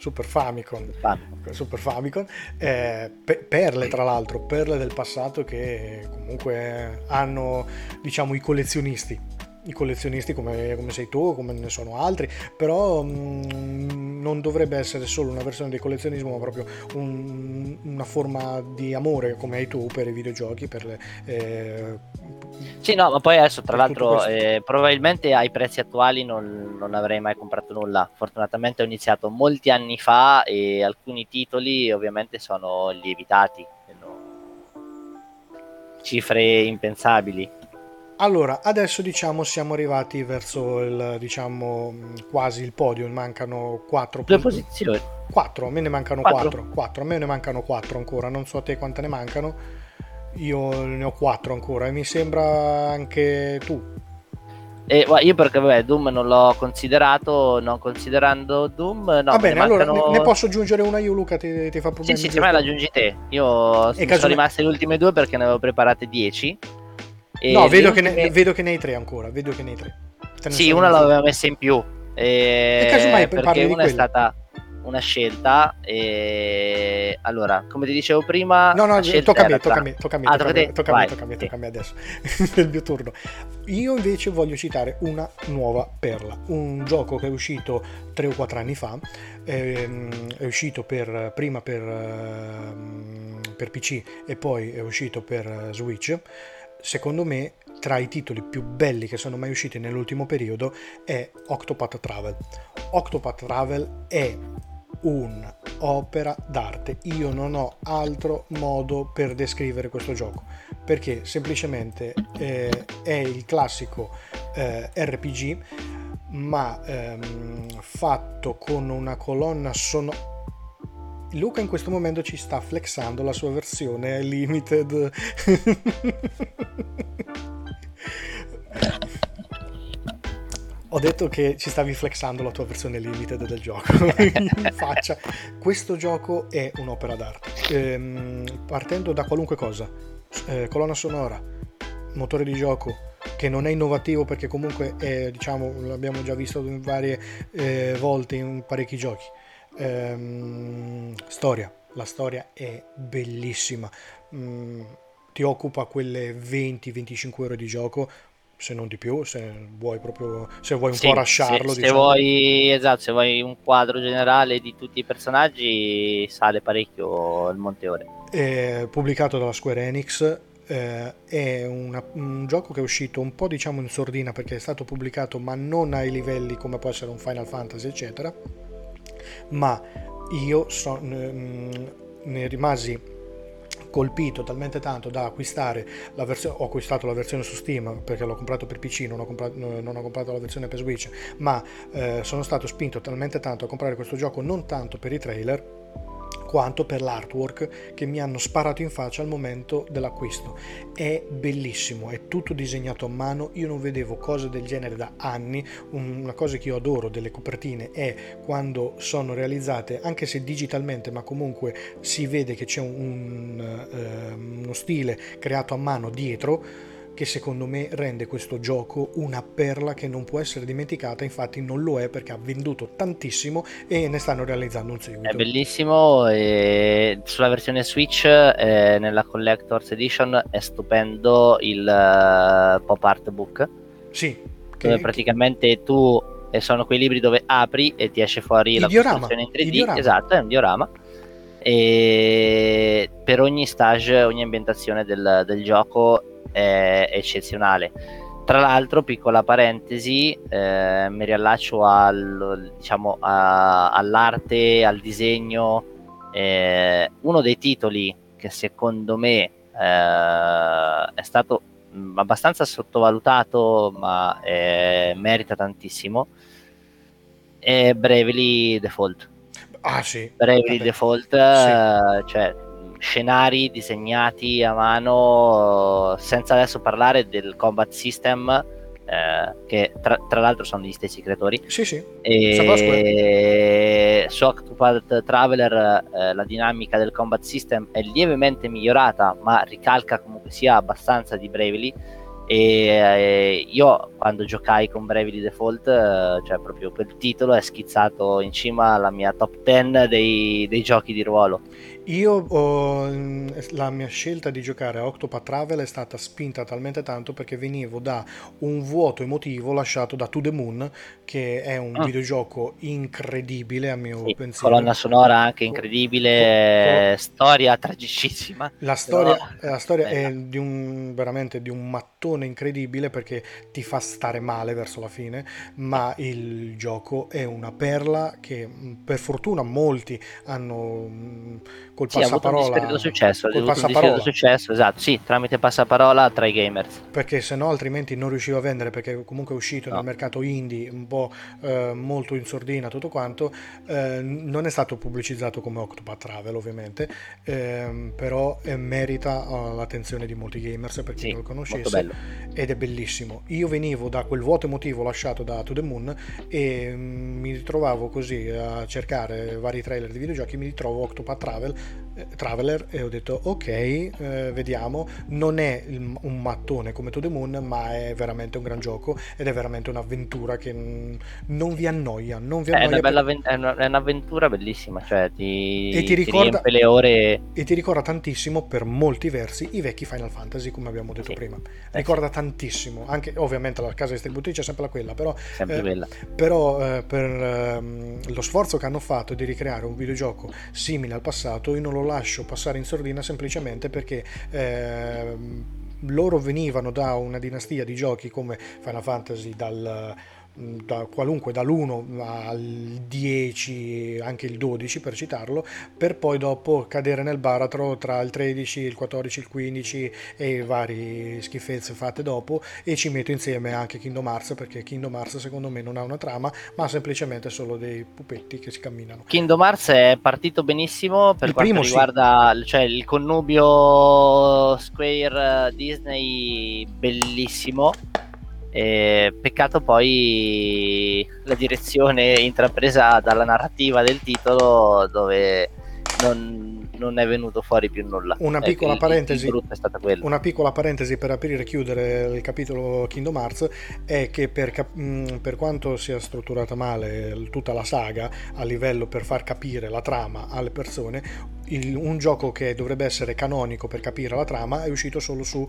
perle, tra l'altro, perle del passato che comunque hanno, diciamo, i collezionisti come sei tu, come ne sono altri, però non dovrebbe essere solo una versione di collezionismo, ma proprio una forma di amore, come hai tu, per i videogiochi, per le... Sì, no, ma poi adesso, tra l'altro, probabilmente ai prezzi attuali non avrei mai comprato nulla. Fortunatamente ho iniziato molti anni fa e alcuni titoli ovviamente sono lievitati, cifre impensabili. Allora, adesso diciamo siamo arrivati verso il, diciamo, quasi il podio, mancano 4 posizioni. 4, a me ne mancano 4, a me ne mancano 4 ancora, non so a te quante ne mancano. Io ne ho 4 ancora e mi sembra anche tu. Io perché vabbè, Doom non l'ho considerato, non considerando Doom, no, Va me ne bene, allora ne mancano. posso aggiungere una io, Luca, ti fa Sì, problemi sì, semmai la giusto? aggiungi te. Io E mi sono casomai... rimaste le ultime due perché ne avevo preparate 10. No, E le ultime. vedo che ne hai tre ancora, vedo che ne hai tre. Te ne Sì, sono una rimasti due. l'avevo messa in più, E casomai perché parli di una è quelle. stata una scelta. Allora, come ti dicevo prima, No, la no, scelta era tra. Ah, tocca a te? Vai. Sì. tocca a me adesso. È il mio turno. Io invece voglio citare una nuova perla, un gioco che è uscito 3 o 4 anni fa, è uscito prima per PC e poi è uscito per Switch. Secondo me, tra i titoli più belli che sono mai usciti nell'ultimo periodo è Octopath Travel. Octopath Travel è un'opera d'arte. Io non ho altro modo per descrivere questo gioco perché semplicemente è il classico RPG ma fatto con una colonna sonora. Luca in questo momento ci sta flexando la sua versione limited. Ho detto che ci stavi flexando la tua versione limited del gioco in faccia. Questo gioco è un'opera d'arte. Partendo da qualunque cosa, colonna sonora, motore di gioco, che non è innovativo perché comunque è, diciamo, l'abbiamo già visto in varie volte in parecchi giochi. Storia, la storia è bellissima. Mm, ti occupa quelle 20-25 ore di gioco, se non di più, se vuoi proprio, se vuoi un po' Sì, rasciarlo, se diciamo. vuoi, esatto, se vuoi un quadro generale di tutti i personaggi, sale parecchio il Monte Ore. È pubblicato dalla Square Enix. È un gioco che è uscito un po', diciamo, in sordina perché è stato pubblicato ma non ai livelli come può essere un Final Fantasy eccetera, ma io ne rimasi colpito talmente tanto da acquistare la versione. Ho acquistato la versione su Steam perché l'ho comprato per PC, non ho comprato la versione per Switch, ma sono stato spinto talmente tanto a comprare questo gioco non tanto per i trailer quanto per l'artwork che mi hanno sparato in faccia al momento dell'acquisto. È bellissimo, è tutto disegnato a mano, io non vedevo cose del genere da anni. Una cosa che io adoro delle copertine è quando sono realizzate, anche se digitalmente, ma comunque si vede che c'è uno stile creato a mano dietro, che secondo me rende questo gioco una perla che non può essere dimenticata. Infatti non lo è perché ha venduto tantissimo e ne stanno realizzando un È seguito. bellissimo e sulla versione Switch, nella Collector's Edition, è stupendo il Pop Art Book, Sì, dove praticamente tu, sono quei libri dove apri e ti esce fuori i la diorama, costruzione in i 3D, diorama. esatto, è un diorama, e per ogni stage, ogni ambientazione del gioco è eccezionale. Tra l'altro, piccola parentesi, mi riallaccio diciamo, all'arte, al disegno. Uno dei titoli che secondo me è stato abbastanza sottovalutato, ma merita tantissimo, è Bravely Default. Ah sì, Bravely vabbè, Default, sì. cioè scenari disegnati a mano, senza adesso parlare del combat system, che tra l'altro sono gli stessi creatori. Sì, sì, sempre la Square. E su Octopath Traveler la dinamica del combat system è lievemente migliorata, ma ricalca comunque sia abbastanza di Bravely. E io quando giocai con Bravely Default, cioè proprio quel titolo è schizzato in cima alla mia top 10 dei giochi di ruolo. La mia scelta di giocare a Octopath Travel è stata spinta talmente tanto perché venivo da un vuoto emotivo lasciato da To The Moon, che è un Mm. videogioco incredibile a mio Sì, pensiero. colonna sonora anche Co- co- co- incredibile, storia tragicissima, però La storia è bella. veramente di un mattone incredibile perché ti fa stare male verso la fine, ma il gioco è una perla che per fortuna molti hanno col Sì, ha avuto un discreto passaparola, successo, ha col avuto un discreto passaparola. successo, esatto, sì, tramite passaparola tra i gamers. Perché se no altrimenti non riusciva a vendere, perché comunque è uscito nel No. mercato indie un po' molto in sordina tutto quanto. Non è stato pubblicizzato come Octopath Travel ovviamente, però merita l'attenzione di molti gamers per chi Sì, non lo molto conoscesse, bello. ed è bellissimo. Io venivo da quel vuoto emotivo lasciato da To The Moon e mi ritrovavo così a cercare vari trailer di videogiochi, mi ritrovo Octopath Traveler e ho detto ok, vediamo. Non è un mattone come To The Moon, ma è veramente un gran gioco ed è veramente un'avventura che non vi annoia, non vi È una annoia bella per... è un'avventura bellissima, cioè e ti ti ricorda riempie le ore. e ti ricorda tantissimo per molti versi i vecchi Final Fantasy, come abbiamo detto Sì, prima. sì, Ricorda tantissimo, anche ovviamente la casa distributrice è sempre quella, però, sempre eh, quella. per lo sforzo che hanno fatto di ricreare un videogioco simile al passato, io non lo lascio passare in sordina semplicemente perché loro venivano da una dinastia di giochi come Final Fantasy da qualunque dall'1 al 10, anche il 12 per citarlo, per poi dopo cadere nel baratro tra il 13, il 14, il 15 e i vari schifezze fatte dopo, e ci metto insieme anche Kingdom Hearts, perché Kingdom Hearts secondo me non ha una trama ma semplicemente solo dei pupetti che si camminano. Kingdom Hearts è partito benissimo per Il quanto primo sì. riguarda, cioè, il connubio Square Disney, bellissimo. Peccato poi la direzione intrapresa dalla narrativa del titolo, dove non è venuto fuori più nulla. Una piccola Il parentesi, brutto è stata quello. una piccola parentesi per aprire e chiudere il capitolo Kingdom Hearts è che per quanto sia strutturata male tutta la saga a livello per far capire la trama alle persone, un gioco che dovrebbe essere canonico per capire la trama è uscito solo su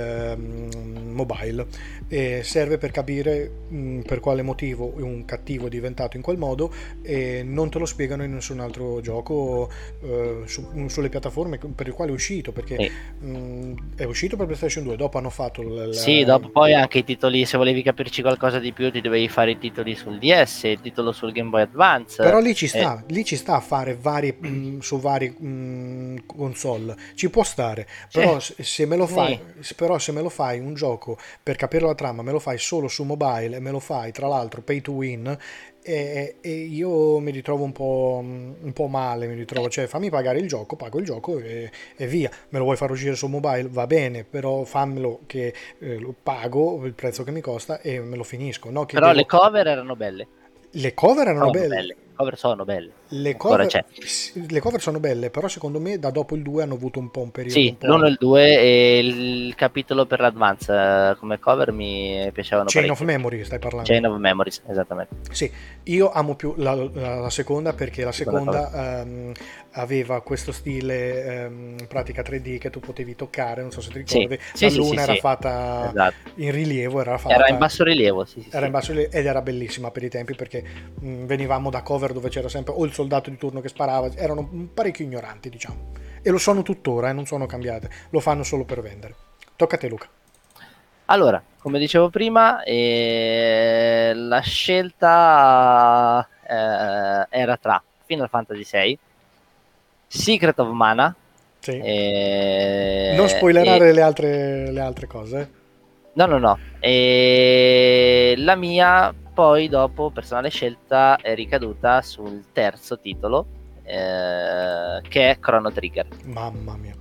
mobile e serve per capire per quale motivo un cattivo è diventato in quel modo, e non te lo spiegano in nessun altro gioco sulle piattaforme per il quale è uscito, perché Sì. è uscito per PlayStation 2, dopo hanno fatto Sì, dopo poi anche i titoli, se volevi capirci qualcosa di più, ti dovevi fare i titoli sul DS, il titolo sul Game Boy Advance. però lì ci sta a fare vari su vari console, ci può stare, Sì, però se me lo fai, sì. però se me lo fai un gioco per capire la trama, me lo fai solo su mobile e me lo fai tra l'altro pay to win, e io mi ritrovo un po' male, mi ritrovo, cioè fammi pagare il gioco, pago il gioco e via. Me lo vuoi far uscire su mobile, va bene, però fammelo che lo pago il prezzo che mi costa e me lo finisco, no che Però le devo... cover erano belle. Le cover erano Sono belle. belle. Le cover sono belle. Le Ancora cover, c'è. sì, le cover sono belle, però secondo me da dopo il 2 hanno avuto un po' un periodo Sì, un l'1 po'... e il 2 e il capitolo per l'Advance come cover mi piacevano Chain of parecchio. Memory stai parlando? Chain of Memories, esattamente. Sì, io amo più la seconda, perché la Seconda cover. seconda aveva questo stile in pratica 3D che tu potevi toccare, non so se ti Sì, ricordi, sì, sì, sì, dall'una era sì. fatta Esatto. in rilievo, Era in basso rilievo, sì, sì, era sì. in basso ed era bellissima per i tempi, perché venivamo da cover dove c'era sempre o il soldato di turno che sparava, erano parecchio ignoranti diciamo, e lo sono tuttora, non sono cambiate, lo fanno solo per vendere. Tocca a te Luca. Allora, come dicevo prima, la scelta era tra Final Fantasy VI, Secret of Mana Sì. Non e... spoilerare le altre cose. No, no, no. E la mia, poi dopo, personale scelta, è ricaduta sul terzo titolo, che è Chrono Trigger. Mamma mia.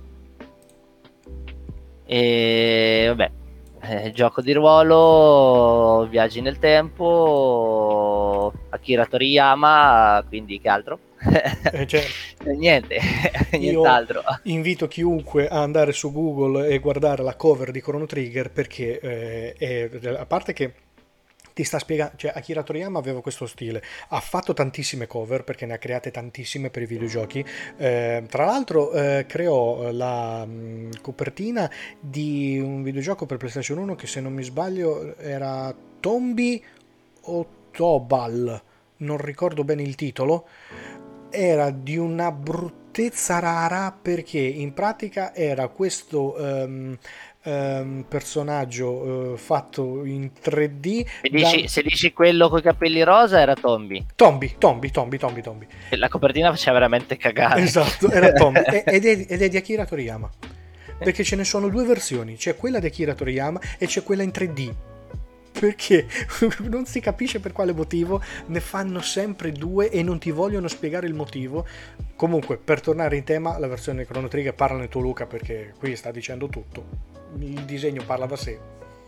E vabbè, gioco di ruolo, viaggi nel tempo, Akira Toriyama, quindi che altro? Cioè, Niente, io nient'altro. invito chiunque a andare su Google e guardare la cover di Chrono Trigger, perché a parte che ti sta spiegando, cioè Akira Toriyama aveva questo stile, ha fatto tantissime cover perché ne ha create tantissime per i videogiochi. Tra l'altro creò la copertina di un videogioco per PlayStation 1 che, se non mi sbaglio, era Tombi o Tobal, non ricordo bene il titolo. Era di una bruttezza rara, perché in pratica era questo personaggio fatto in 3D Se dici quello con i capelli rosa era Tombi. Tombi. E la copertina faceva veramente cagare. Esatto, era Tombi ed è di Akira Toriyama. Perché ce ne sono due versioni, c'è quella di Akira Toriyama e c'è quella in 3D. Perché non si capisce per quale motivo ne fanno sempre due e non ti vogliono spiegare il motivo. Comunque, per tornare in tema, la versione di Chrono Trigger, parlane tu Luca, perché qui sta dicendo tutto. Il disegno parla da sé.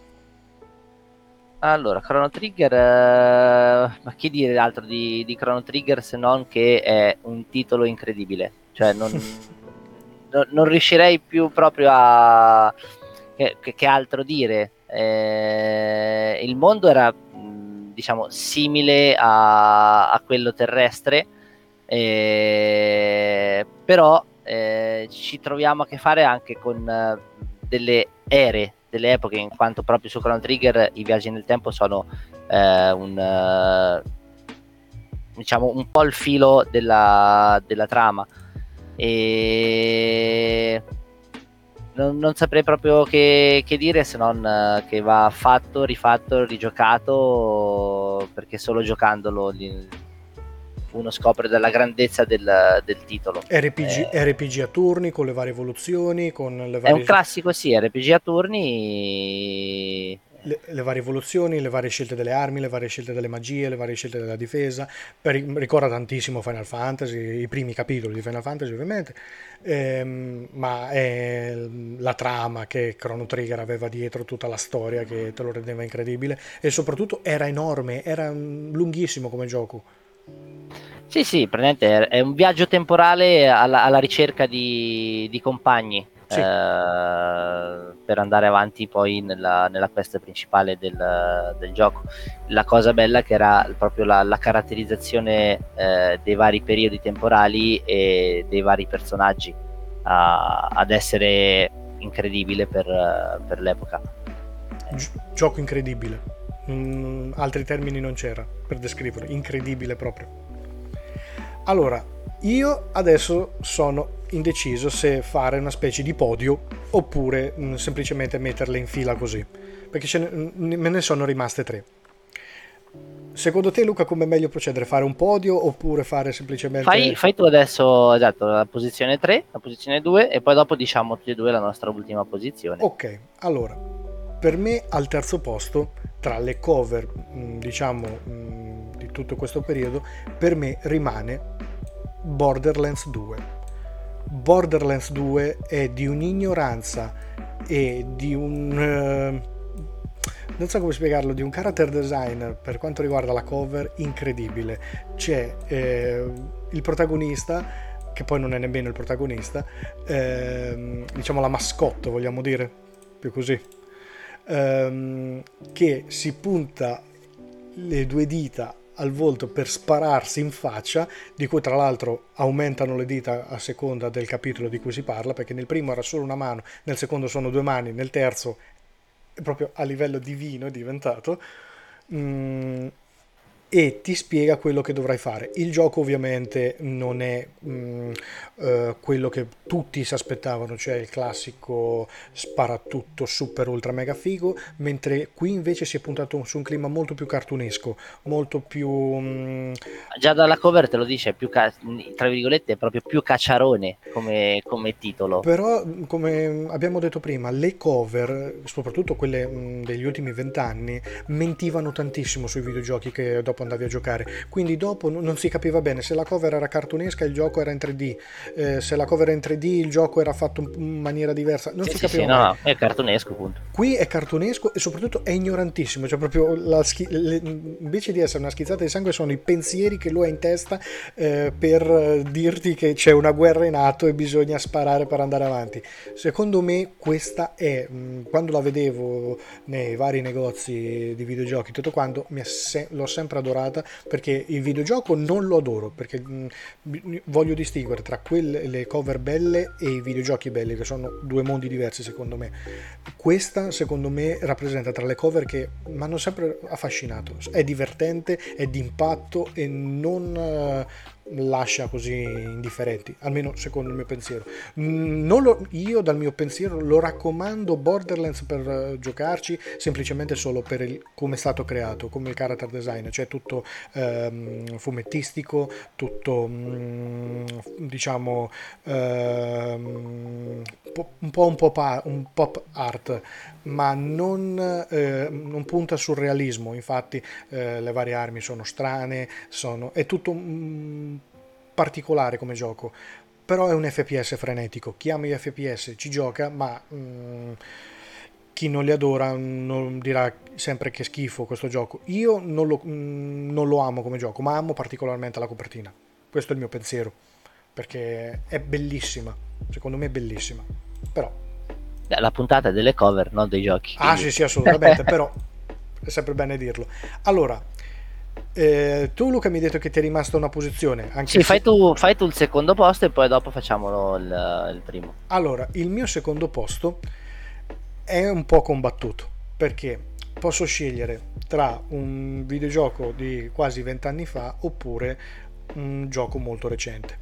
Allora, Chrono Trigger, ma che dire altro di Chrono Trigger se non che è un titolo incredibile. Cioè, non riuscirei più proprio a... che altro dire. Il mondo era, diciamo, simile a quello terrestre, però ci troviamo a che fare anche con delle ere, delle epoche, in quanto proprio su Chrono Trigger i viaggi nel tempo sono diciamo un po' il filo della trama, e non saprei proprio che dire, se non che va fatto, rifatto, rigiocato, perché solo giocandolo uno scopre della grandezza del titolo. RPG a turni, con le varie evoluzioni, con le È un varie... classico, sì, RPG a turni. Le varie evoluzioni, le varie scelte delle armi, le varie scelte delle magie, le varie scelte della difesa. Ricorda tantissimo Final Fantasy, i primi capitoli di Final Fantasy ovviamente, ma è la trama che Chrono Trigger aveva dietro, tutta la storia che te lo rendeva incredibile e soprattutto era enorme, era lunghissimo come gioco. Sì, praticamente è un viaggio temporale alla ricerca di compagni, Sì. per andare avanti poi nella quest principale del gioco. La cosa bella che era proprio la caratterizzazione dei vari periodi temporali e dei vari personaggi ad essere incredibile per l'epoca. Gioco incredibile. Altri termini non c'era per descriverlo, incredibile proprio. Allora, io adesso sono indeciso se fare una specie di podio oppure semplicemente metterle in fila così, perché me ne sono rimaste 3. Secondo te, Luca, come è meglio procedere? Fare un podio oppure fare semplicemente... Fai tu adesso, esatto, la posizione 3, la posizione 2 e poi dopo diciamo tutti e due la nostra ultima posizione. Ok, allora, per me al terzo posto, tra le cover, diciamo, di tutto questo periodo, per me rimane Borderlands 2. Borderlands 2 è di un'ignoranza e di un... non so come spiegarlo, di un character design per quanto riguarda la cover incredibile. C'è il protagonista, che poi non è nemmeno il protagonista, diciamo la mascotte, vogliamo dire, più così, che si punta le due dita al volto per spararsi in faccia, di cui tra l'altro aumentano le dita a seconda del capitolo di cui si parla, perché nel primo era solo una mano, nel secondo sono due mani, nel terzo è proprio a livello divino è diventato, e ti spiega quello che dovrai fare. Il gioco ovviamente non è quello che tutti si aspettavano, cioè il classico sparatutto super ultra mega figo, mentre qui invece si è puntato su un clima molto più cartunesco, molto più... Già dalla cover te lo dice, più tra virgolette è proprio più cacciarone come titolo. Però, come abbiamo detto prima, le cover, soprattutto quelle degli ultimi 20 anni, mentivano tantissimo sui videogiochi che dopo andavi a giocare. Quindi dopo non si capiva bene se la cover era cartunesca e il gioco era in 3D, se la cover era in 3D il gioco era fatto in maniera diversa. Non si capiva mai. No, è cartunesco, appunto. Qui è cartunesco e soprattutto è ignorantissimo, cioè proprio invece di essere una schizzata di sangue sono i pensieri che lui ha in testa per dirti che c'è una guerra in atto e bisogna sparare per andare avanti. Secondo me questa è, quando la vedevo nei vari negozi di videogiochi tutto quanto, l'ho sempre adorata, perché il videogioco non lo adoro, perché voglio distinguere tra le cover belle e i videogiochi belli, che sono due mondi diversi secondo me. Questa secondo me rappresenta tra le cover che mi hanno sempre affascinato, è divertente, è d'impatto e non lascia così indifferenti, almeno secondo il mio pensiero. Io dal mio pensiero lo raccomando Borderlands per giocarci semplicemente solo per come è stato creato, come il character design, cioè tutto fumettistico, tutto diciamo un pop art, ma non punta sul realismo. Infatti le varie armi sono strane, è tutto particolare come gioco, però è un FPS frenetico. Chi ama gli FPS ci gioca, ma chi non li adora non dirà sempre che schifo questo gioco. Io non lo amo come gioco, ma amo particolarmente la copertina. Questo è il mio pensiero, perché è bellissima, secondo me è bellissima. Però La puntata è delle cover, non dei giochi. ah Quindi... sì, sì, assolutamente, però è sempre bene dirlo. Allora, tu Luca mi hai detto che ti è rimasta una posizione, anche Sì, se... fai tu il secondo posto e poi dopo facciamo il primo. Allora, il mio secondo posto è un po' combattuto, perché posso scegliere tra un videogioco di quasi 20 anni fa oppure un gioco molto recente.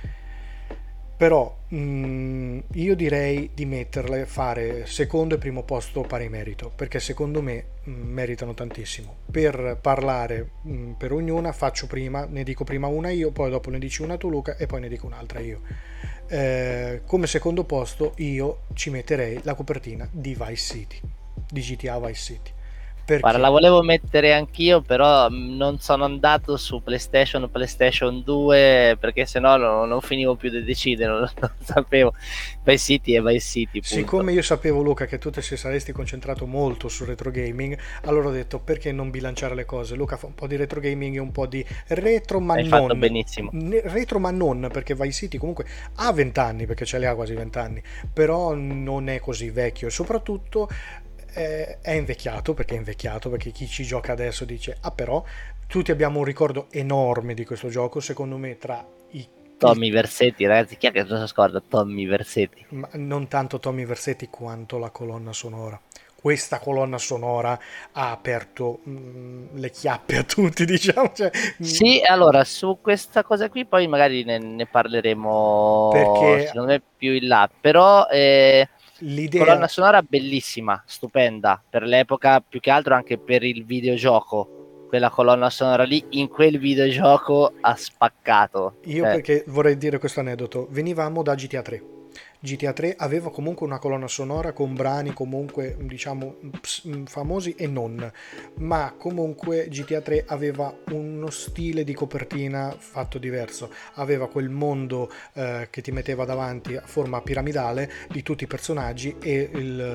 Però io direi di metterle, fare secondo e primo posto pari merito, perché secondo me meritano tantissimo. Per parlare per ognuna faccio prima, ne dico prima una io, poi dopo ne dici una tu Luca e poi ne dico un'altra io. Come secondo posto io ci metterei la copertina di Vice City, di GTA Vice City. Guarda, Perché? la volevo mettere anch'io, però non sono andato su PlayStation 2, perché sennò non finivo più di decidere, non sapevo. Vice City e Vice City, punto. Siccome io sapevo Luca che tu ti saresti concentrato molto sul retro gaming, allora ho detto perché non bilanciare le cose. Luca fa un po' di retro gaming e un po' di retro, ma Hai fatto non benissimo. retro, ma non perché Vice City comunque ha 20 anni, perché ce li ha quasi 20 anni, però non è così vecchio e soprattutto è invecchiato, perché chi ci gioca adesso dice ah, però tutti abbiamo un ricordo enorme di questo gioco, secondo me tra il Tommy Versetti, ragazzi, chi è che non si scorda Tommy Versetti? ma non tanto Tommy Versetti quanto la colonna sonora. Questa colonna sonora ha aperto le chiappe a tutti, diciamo, cioè, Sì, allora, su questa cosa qui poi magari ne parleremo, perché secondo me, più in là, però colonna l'idea, sonora bellissima, stupenda, per l'epoca, più che altro anche per il videogioco, quella colonna sonora lì, in quel videogioco ha spaccato. io perché vorrei dire questo aneddoto, venivamo da GTA 3. GTA 3 aveva comunque una colonna sonora con brani comunque diciamo famosi e non, ma comunque GTA 3 aveva uno stile di copertina fatto diverso, aveva quel mondo che ti metteva davanti a forma piramidale di tutti i personaggi e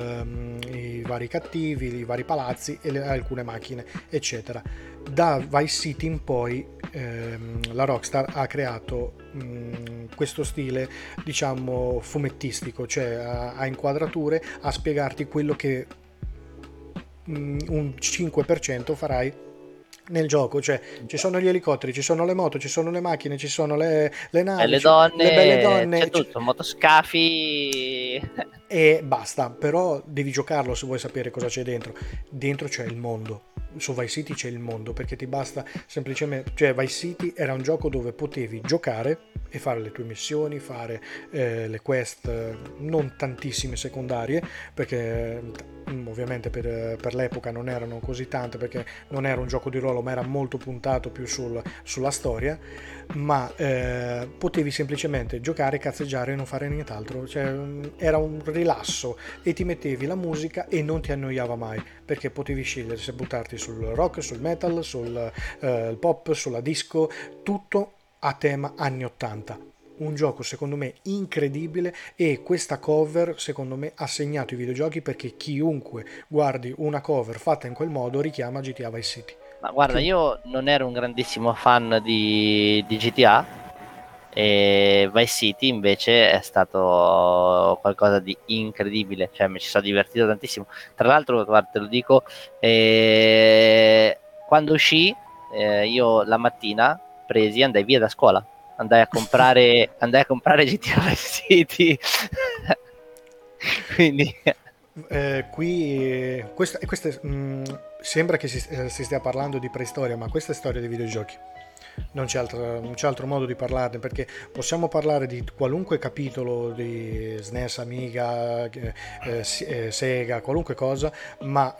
i vari cattivi, i vari palazzi e alcune macchine eccetera. Da Vice City in poi la Rockstar ha creato questo stile diciamo fumettistico, cioè a inquadrature, a spiegarti quello che un 5% farai nel gioco, cioè ci sono gli elicotteri, ci sono le moto, ci sono le macchine, ci sono le navi, Le le belle donne, donne c'è tutto, motoscafi. e basta, però devi giocarlo se vuoi sapere cosa c'è dentro. Dentro c'è il mondo. Su Vice City c'è il mondo perché ti basta semplicemente, cioè Vice City era un gioco dove potevi giocare e fare le tue missioni, fare le quest, non tantissime secondarie perché ovviamente per l'epoca non erano così tante perché non era un gioco di ruolo ma era molto puntato più sulla storia, ma potevi semplicemente giocare, cazzeggiare e non fare nient'altro, cioè, era un rilasso e ti mettevi la musica e non ti annoiava mai perché potevi scegliere se buttarti sul rock, sul metal, sul pop, sulla disco, tutto a tema anni 80. Un gioco secondo me incredibile e questa cover secondo me ha segnato i videogiochi perché chiunque guardi una cover fatta in quel modo richiama GTA Vice City. Ma guarda, io non ero un grandissimo fan di GTA, e Vice City invece è stato qualcosa di incredibile, cioè mi ci sono divertito tantissimo. Tra l'altro, guarda, te lo dico, quando uscì, io la mattina andai via da scuola, andai a comprare GTA Vice City. Quindi Qui sembra che si stia parlando di preistoria, ma questa è storia dei videogiochi. Non c'è altro modo di parlarne, perché possiamo parlare di qualunque capitolo di SNES, Amiga, Sega, qualunque cosa, ma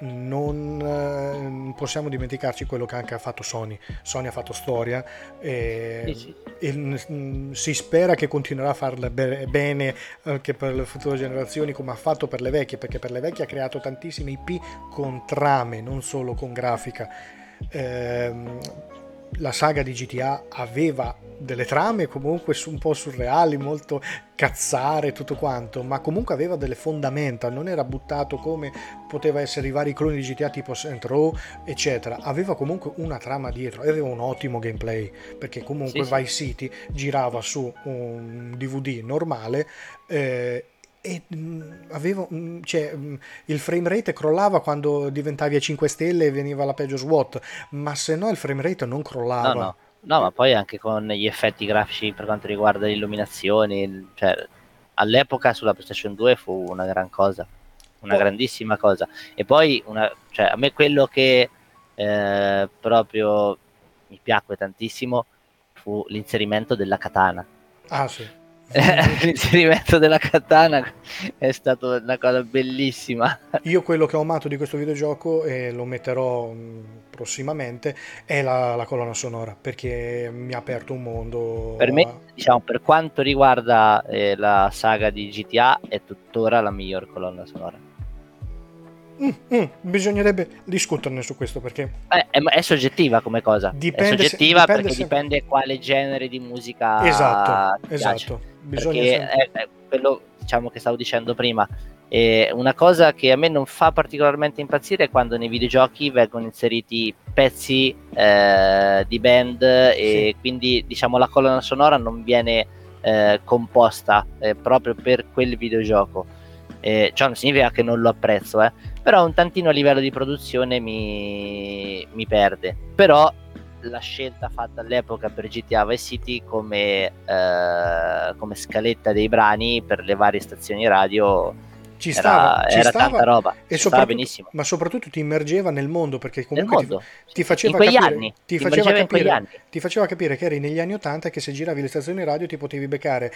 non possiamo dimenticarci quello che anche ha fatto Sony. Sony ha fatto storia Sì, e, sì. si spera che continuerà a farla bene anche per le future generazioni, come ha fatto per le vecchie, perché per le vecchie ha creato tantissime IP con trame, non solo con grafica. Ehm, la saga di GTA aveva delle trame comunque un po' surreali, molto cazzare, tutto quanto, ma comunque aveva delle fondamenta, non era buttato come poteva essere i vari cloni di GTA tipo Saint Row, eccetera. Aveva comunque una trama dietro, aveva un ottimo gameplay, perché Sì, comunque sì. Vice City girava su un DVD normale, e avevo, cioè, il frame rate crollava quando diventavi a 5 stelle e veniva la peggio SWAT, ma se no il frame rate non No, crollava. no. No, ma poi anche con gli effetti grafici per quanto riguarda le illuminazioni, cioè, all'epoca sulla PlayStation 2 fu una gran cosa, una Poi, grandissima cosa. E poi cioè, a me quello che proprio mi piacque tantissimo fu l'inserimento della katana. ah sì. L'inserimento della katana è stata una cosa bellissima. Io quello che ho amato di questo videogioco, e lo metterò prossimamente, è la colonna sonora, perché mi ha aperto un Per me, mondo. diciamo, per quanto riguarda la saga di GTA, è tuttora la miglior colonna sonora. Bisognerebbe discuterne su questo, perché È soggettiva come cosa, è soggettiva dipende perché sempre. dipende quale genere di Esatto, musica ti piace. esatto. Bisogna Perché sempre. è quello, diciamo, che stavo dicendo prima. E una cosa che a me non fa particolarmente impazzire è quando nei videogiochi vengono inseriti pezzi di band Sì. e quindi, diciamo, la colonna sonora non viene composta proprio per quel videogioco. Ciò non significa che non lo apprezzo, però un tantino a livello di produzione mi perde. Però la scelta fatta all'epoca per GTA Vice City come scaletta dei brani per le varie stazioni radio Ci era tanta stava, roba, e ci stava soprattutto, benissimo. ma soprattutto ti immergeva nel mondo, perché Nel comunque mondo, sì, ti sì. In faceva quegli capire, anni, ti immergeva in quegli anni. ti faceva capire che eri negli anni 80 e che se giravi le stazioni radio ti potevi beccare,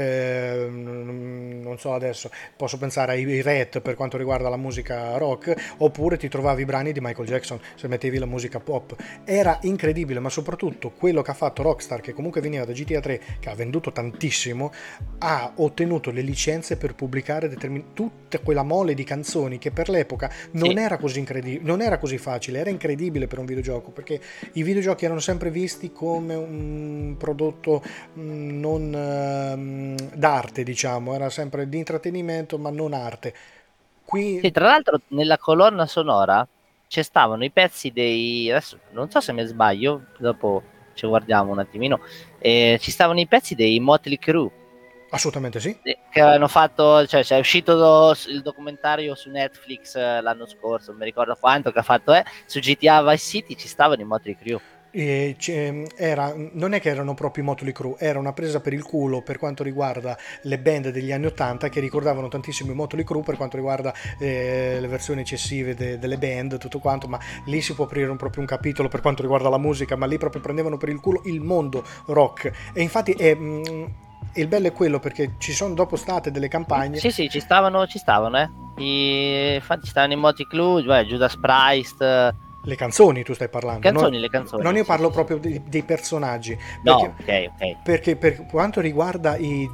non so adesso, posso pensare ai Red per quanto riguarda la musica rock, oppure ti trovavi i brani di Michael Jackson se mettevi la musica pop. Era incredibile, ma soprattutto quello che ha fatto Rockstar, che comunque veniva da GTA 3, che ha venduto tantissimo, ha ottenuto le licenze per pubblicare tutta quella mole di canzoni che per l'epoca non Sì, era così incredibile, non era così facile, era incredibile per un videogioco, perché i videogiochi erano sempre visti come un prodotto non d'arte, diciamo, era sempre di intrattenimento ma non arte. sì, Qui tra l'altro nella colonna sonora ci stavano i pezzi dei... Adesso non so se mi sbaglio, dopo ci guardiamo un attimino. Ci stavano i pezzi dei Motley Crue assolutamente sì. che avevano fatto, cioè è uscito il documentario su Netflix l'anno scorso, non mi ricordo quanto, che ha fatto su GTA Vice City ci stavano i Motley Crue. Non è che erano proprio i Motley Crue, era una presa per il culo per quanto riguarda le band degli anni 80 che ricordavano tantissimo i Motley Crue per quanto riguarda le versioni eccessive delle band, tutto quanto, ma lì si può aprire proprio un capitolo per quanto riguarda la musica, ma lì proprio prendevano per il culo il mondo rock. E infatti il bello è quello, perché ci sono dopo state delle campagne. Sì, sì, ci stavano, infatti ci stavano i Motley Crue, Judas Priest, Le canzoni tu stai parlando, le non canzoni, io sì, parlo sì, sì. proprio dei personaggi, No, ok, ok. perché per quanto riguarda i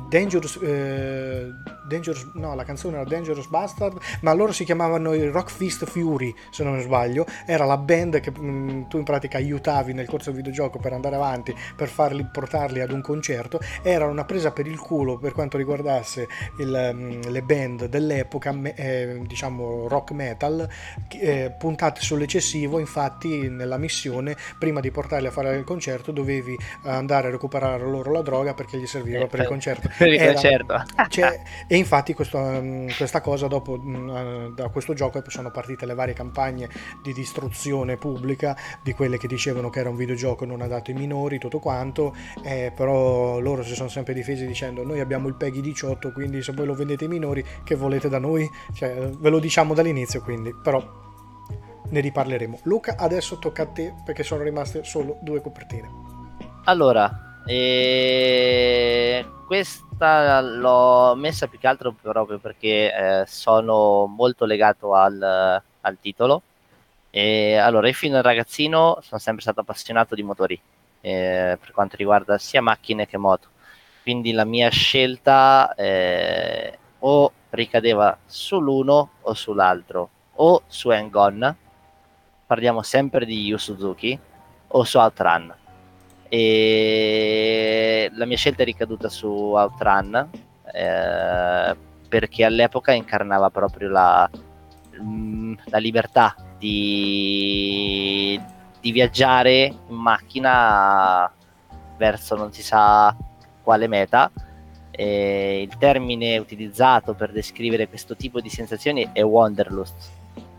no, la canzone era Dangerous Bastard, ma loro si chiamavano i Rock Fist Fury, se non sbaglio, era la band che tu in pratica aiutavi nel corso del videogioco per andare avanti, per portarli ad un concerto. Era una presa per il culo per quanto riguardasse le band dell'epoca, diciamo rock metal, puntate sull'eccessivo. Infatti nella missione, prima di portarli a fare il concerto, dovevi andare a recuperare loro la droga perché gli serviva per il concerto. Per il concerto. E infatti questa cosa dopo, da questo gioco sono partite le varie campagne di distruzione pubblica di quelle che dicevano che era un videogioco non adatto ai minori, tutto quanto, però loro si sono sempre difesi dicendo: noi abbiamo il PEGI 18, quindi se voi lo vendete ai minori, che volete da noi? Cioè, ve lo diciamo dall'inizio, quindi, però ne riparleremo. Luca, adesso tocca a te perché sono rimaste solo 2 copertine. Allora, questa l'ho messa più che altro proprio perché sono molto legato al titolo. E allora, io fino da ragazzino sono sempre stato appassionato di motori, per quanto riguarda sia macchine che moto. Quindi la mia scelta o ricadeva sull'uno o sull'altro, o su Hang-On, parliamo sempre di Yu Suzuki, o su Outrun. E la mia scelta è ricaduta su Outrun, perché all'epoca incarnava proprio la libertà di viaggiare in macchina verso non si sa quale meta. Il termine utilizzato per descrivere questo tipo di sensazioni è Wanderlust.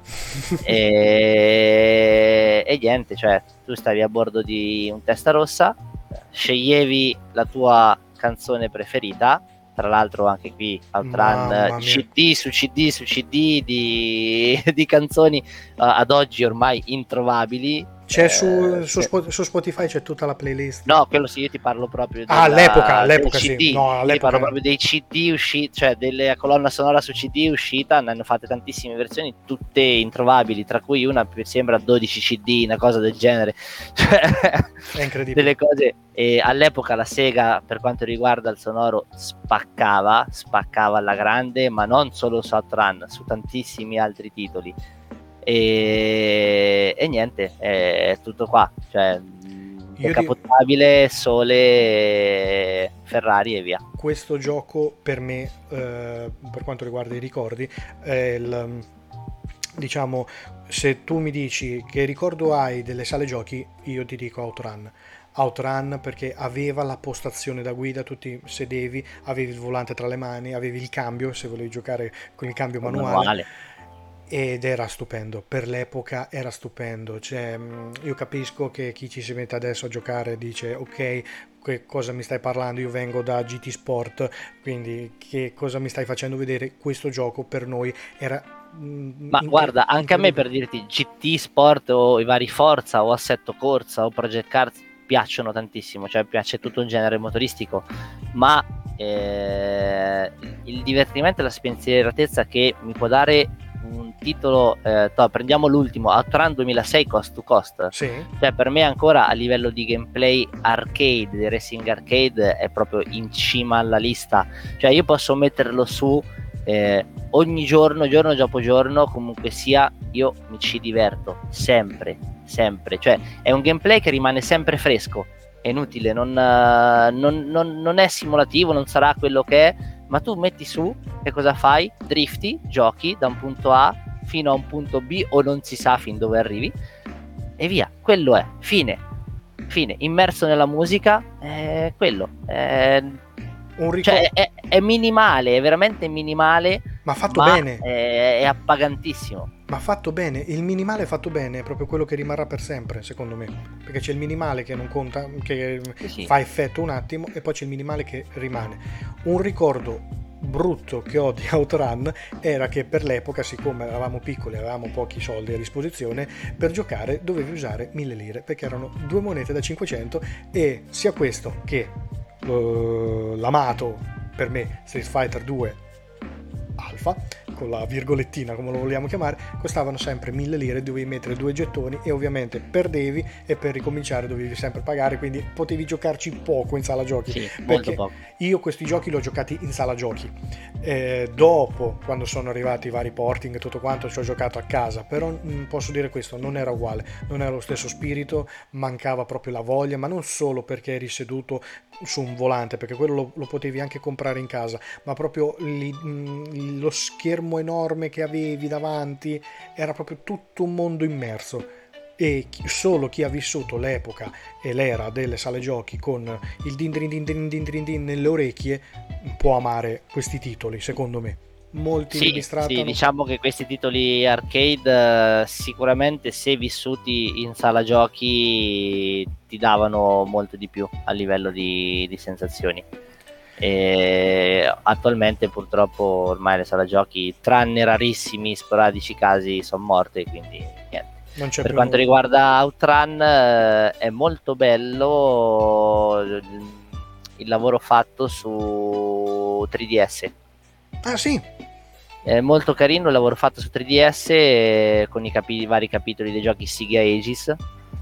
E niente, cioè tu stavi a bordo di un Testarossa, sceglievi la tua canzone preferita, tra l'altro anche qui Outrun CD su CD su CD di canzoni ad oggi ormai introvabili. C'è su Spotify c'è tutta la playlist. No, quello sì, io ti parlo proprio all'epoca CD. sì. No, Io ti parlo proprio dei CD usciti, cioè delle colonna sonora su CD uscita, ne hanno fatte tantissime versioni, tutte introvabili, tra cui una che sembra 12 CD, una cosa del genere. È incredibile. Delle cose. E all'epoca la Sega, per quanto riguarda il sonoro, spaccava alla grande, ma non solo su Outrun, su tantissimi altri titoli. E niente, è tutto qua, cioè decapotabile, sole, Ferrari e via. Questo gioco per me, per quanto riguarda i ricordi, è diciamo, se tu mi dici che ricordo hai delle sale giochi, io ti dico Outrun perché aveva la postazione da guida, tu ti sedevi, avevi il volante tra le mani, avevi il cambio se volevi giocare con il cambio manuale. Ed era stupendo, per l'epoca era stupendo, cioè, io capisco che chi ci si mette adesso a giocare dice ok, che cosa mi stai parlando, io vengo da GT Sport, quindi che cosa mi stai facendo vedere, questo gioco per noi era... Ma guarda, anche a me, per dirti, GT Sport o i vari Forza o Assetto Corsa o Project Cars piacciono tantissimo, cioè piace tutto un genere motoristico, ma il divertimento e la spensieratezza che mi può dare un titolo, prendiamo l'ultimo, Outrun 2006 Coast to Coast, sì. Cioè per me ancora a livello di gameplay arcade, di racing arcade, è proprio in cima alla lista, cioè io posso metterlo su ogni giorno dopo giorno, comunque sia, io mi ci diverto sempre, cioè è un gameplay che rimane sempre fresco, è inutile, non è simulativo, non sarà quello che è, ma tu metti su, che cosa fai? Drifti, giochi da un punto A fino a un punto B o non si sa fin dove arrivi e via, quello è, fine, immerso nella musica, quello cioè, è minimale, è veramente minimale, ma fatto bene, è appagantissimo. Ma fatto bene, il minimale fatto bene è proprio quello che rimarrà per sempre, secondo me, perché c'è il minimale che non conta, che sì. fa effetto un attimo, e poi c'è il minimale che rimane. Un ricordo brutto che ho di Outrun era che per l'epoca, siccome eravamo piccoli, avevamo pochi soldi a disposizione, per giocare dovevi usare 1000 lire, perché erano 2 monete da 500, e sia questo che l'amato per me Street Fighter 2 Alpha, con la virgolettina come lo vogliamo chiamare, costavano sempre 1000 lire, dovevi mettere 2 gettoni e ovviamente perdevi, e per ricominciare dovevi sempre pagare, quindi potevi giocarci poco in sala giochi, sì, perché poco. Io questi giochi li ho giocati in sala giochi, dopo, quando sono arrivati i vari porting e tutto quanto, ci ho giocato a casa, però posso dire questo, non era uguale, non era lo stesso spirito, mancava proprio la voglia, ma non solo perché eri seduto su un volante, perché quello lo potevi anche comprare in casa, ma proprio lo schermo enorme che avevi davanti era proprio tutto un mondo immerso, e solo chi ha vissuto l'epoca e l'era delle sale giochi con il din din din din din din din nelle orecchie può amare questi titoli, secondo me. Molti li distrattano. Sì, diciamo che questi titoli arcade sicuramente, se vissuti in sala giochi, ti davano molto di più a livello di sensazioni. E attualmente purtroppo ormai le sale giochi, tranne rarissimi sporadici casi, sono morte, quindi niente. Non c'è Per più quanto nulla. riguarda Outrun, è molto bello il lavoro fatto su 3DS. Ah sì, È molto carino il lavoro fatto su 3DS, con i vari capitoli dei giochi Siga Aegis,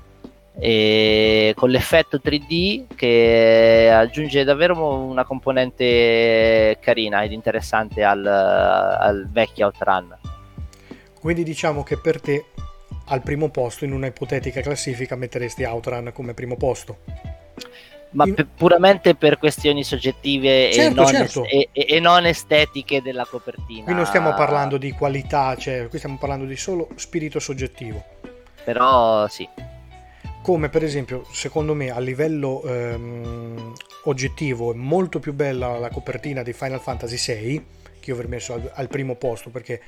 e con l'effetto 3D che aggiunge davvero una componente carina ed interessante al vecchio Outrun. quindi diciamo che per te al primo posto in una ipotetica classifica metteresti Outrun come primo posto. Ma In- puramente per questioni soggettive Certo, certo. e non estetiche della Qui non stiamo copertina, parlando di qualità, cioè qui stiamo parlando di solo spirito soggettivo. però sì. Come per esempio, secondo me, a livello oggettivo è molto più bella la copertina di Final Fantasy VI, che io avrei messo al primo posto perché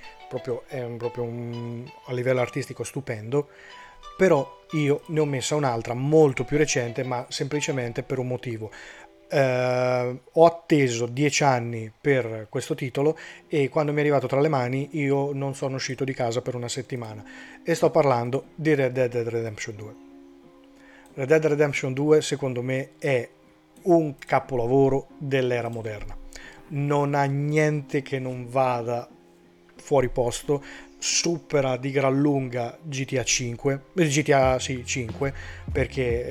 a livello artistico stupendo. Però io ne ho messa un'altra molto più recente, ma semplicemente per un motivo. Ho atteso 10 anni per questo titolo e quando mi è arrivato tra le mani io non sono uscito di casa per una settimana, e sto parlando di Red Dead Redemption 2. Red Dead Redemption 2 secondo me è un capolavoro dell'era moderna. Non ha niente che non vada fuori posto, supera di gran lunga GTA 5, GTA sì, 5, perché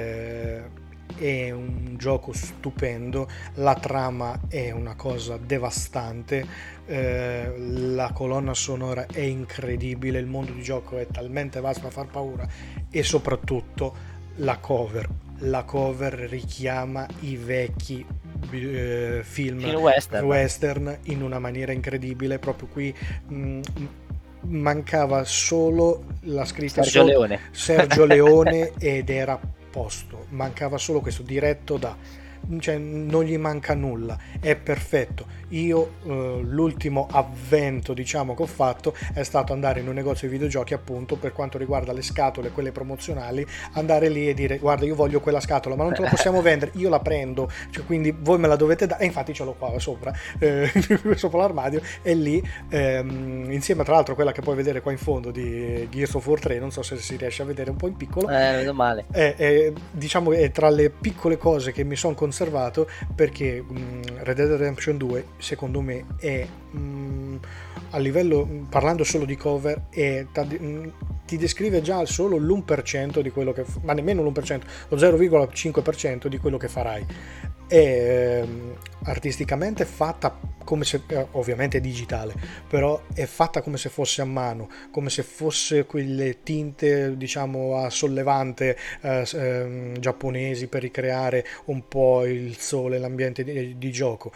è un gioco stupendo, la trama è una cosa devastante, la colonna sonora è incredibile, il mondo di gioco è talmente vasto da far paura, e soprattutto la cover. La cover richiama i vecchi film Film western. western in una maniera incredibile. Proprio qui mh, mancava solo la scritta Sergio sotto Leone. Sergio Leone ed era a posto. Mancava solo questo, diretto da, cioè non gli manca nulla, è perfetto. Io l'ultimo avvento diciamo che ho fatto è stato andare in un negozio di videogiochi, appunto per quanto riguarda le scatole, quelle promozionali, andare lì e dire guarda io voglio quella scatola ma non te la possiamo vendere, io la prendo, cioè, quindi voi me la dovete dare, e infatti ce l'ho qua sopra, sopra l'armadio, e lì insieme tra l'altro a quella che puoi vedere qua in fondo di Gears of War 3, non so se si riesce a vedere un po' in piccolo, Vedo male. diciamo è tra le piccole cose che mi sono conservato, perché Red Dead Redemption 2 secondo me è a livello, parlando solo di cover, ti descrive già solo l'1% di quello che, ma nemmeno l'1%, lo 0,5% di quello che farai. È artisticamente fatta come se, ovviamente è digitale, però è fatta come se fosse a mano, come se fosse quelle tinte diciamo a sollevante giapponesi per ricreare un po' il sole, l'ambiente di gioco.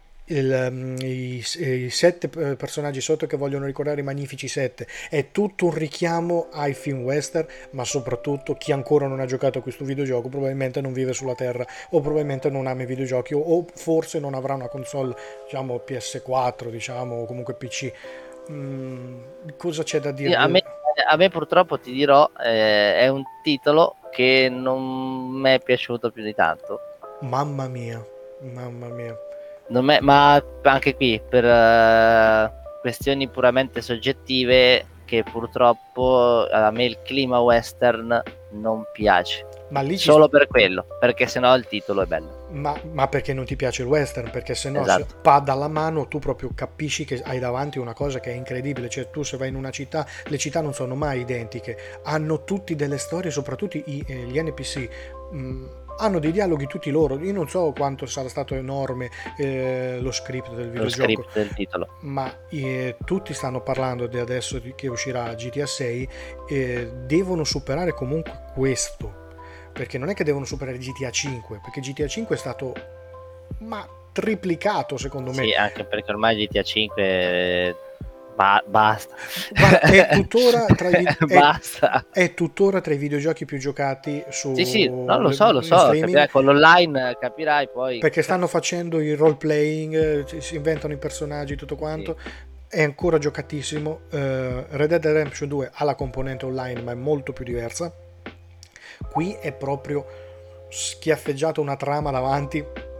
I sette personaggi sotto che vogliono ricordare i Magnifici Sette è tutto un richiamo ai film western, ma soprattutto chi ancora non ha giocato a questo videogioco probabilmente non vive sulla terra, o probabilmente non ama i videogiochi, o forse non avrà una console diciamo PS4 diciamo, o comunque PC. Cosa c'è da Sì, A dire? me, a me purtroppo ti dirò, è un titolo che non mi è piaciuto più di tanto. Mamma mia, mamma mia. Ma anche qui per questioni puramente soggettive, che purtroppo a me il clima western non piace. Ma lì ci, Solo per quello, perché sennò il titolo è bello. ma perché non ti piace il western? Perché se no, se Esatto. pada alla mano, tu proprio capisci che hai davanti una cosa che è incredibile. Cioè, tu se vai in una città, le città non sono mai identiche, hanno tutti delle storie, soprattutto gli NPC. Hanno dei dialoghi tutti loro. Io non so quanto sarà stato enorme lo script del Lo videogioco, script del titolo. ma tutti stanno parlando di adesso che uscirà GTA 6, devono superare comunque questo, perché non è che devono superare GTA 5, perché GTA 5 è stato ma triplicato secondo me. Sì, anche perché ormai GTA 5 basta. Guarda, è tuttora tra i, Basta. è tuttora tra i videogiochi più giocati Sì, sì, no, lo in so, streaming, capirai, con l'online capirai poi. perché stanno facendo il role playing, si inventano i personaggi, tutto Sì. quanto. È ancora giocatissimo. Red Dead Redemption 2 ha la componente online, ma è molto più diversa. Qui è proprio schiaffeggiato una trama davanti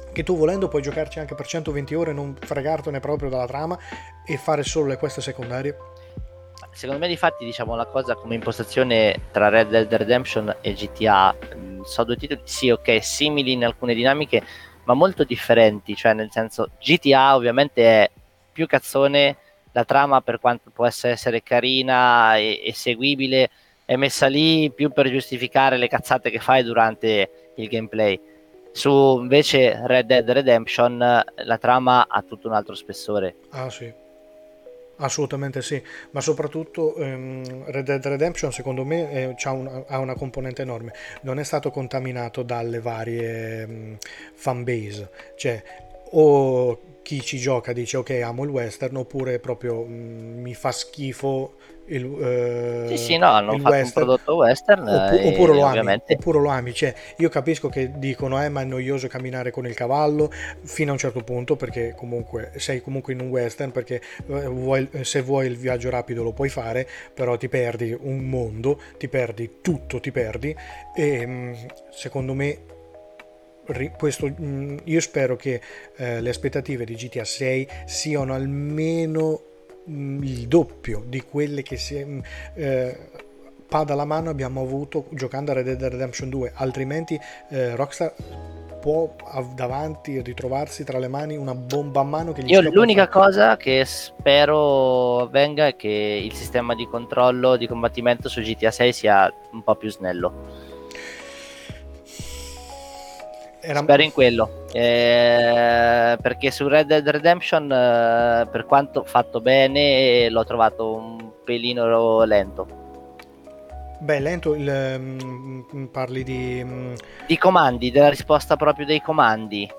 che tu volendo puoi giocarci anche per 120 ore, non fregartene proprio dalla trama e fare solo le quest secondarie. Secondo me, difatti, diciamo, la cosa come impostazione tra Red Dead Redemption e GTA, sono due titoli, sì, ok, simili in alcune dinamiche, ma molto differenti. Cioè, nel senso, GTA ovviamente è più cazzone, la trama, per quanto può essere carina e seguibile, è messa lì più per giustificare le cazzate che fai durante il gameplay. Su invece Red Dead Redemption la trama ha tutto un altro spessore. Ah sì, assolutamente sì, ma soprattutto Red Dead Redemption secondo me ha una componente enorme, non è stato contaminato dalle varie fanbase, cioè o chi ci gioca dice ok amo il western oppure proprio mi fa schifo Sì, sì, no, hanno il fatto un western prodotto western e ovviamente oppure lo ami, cioè io capisco che dicono ma è noioso camminare con il cavallo fino a un certo punto perché comunque sei comunque in un western perché se vuoi il viaggio rapido lo puoi fare però ti perdi un mondo, ti perdi tutto, ti perdi e secondo me questo, io spero che le aspettative di GTA 6 siano almeno il doppio di quelle che pada alla mano abbiamo avuto giocando a Red Dead Redemption 2, altrimenti Rockstar può davanti ritrovarsi tra le mani una bomba a mano che gli io schioppa. l'unica cosa che spero avvenga è che il sistema di controllo di combattimento su GTA 6 sia un po' più snello. Spero in quello, perché su Red Dead Redemption per quanto fatto bene l'ho trovato un pelino lento. Beh, lento, parli di comandi, della risposta proprio dei comandi.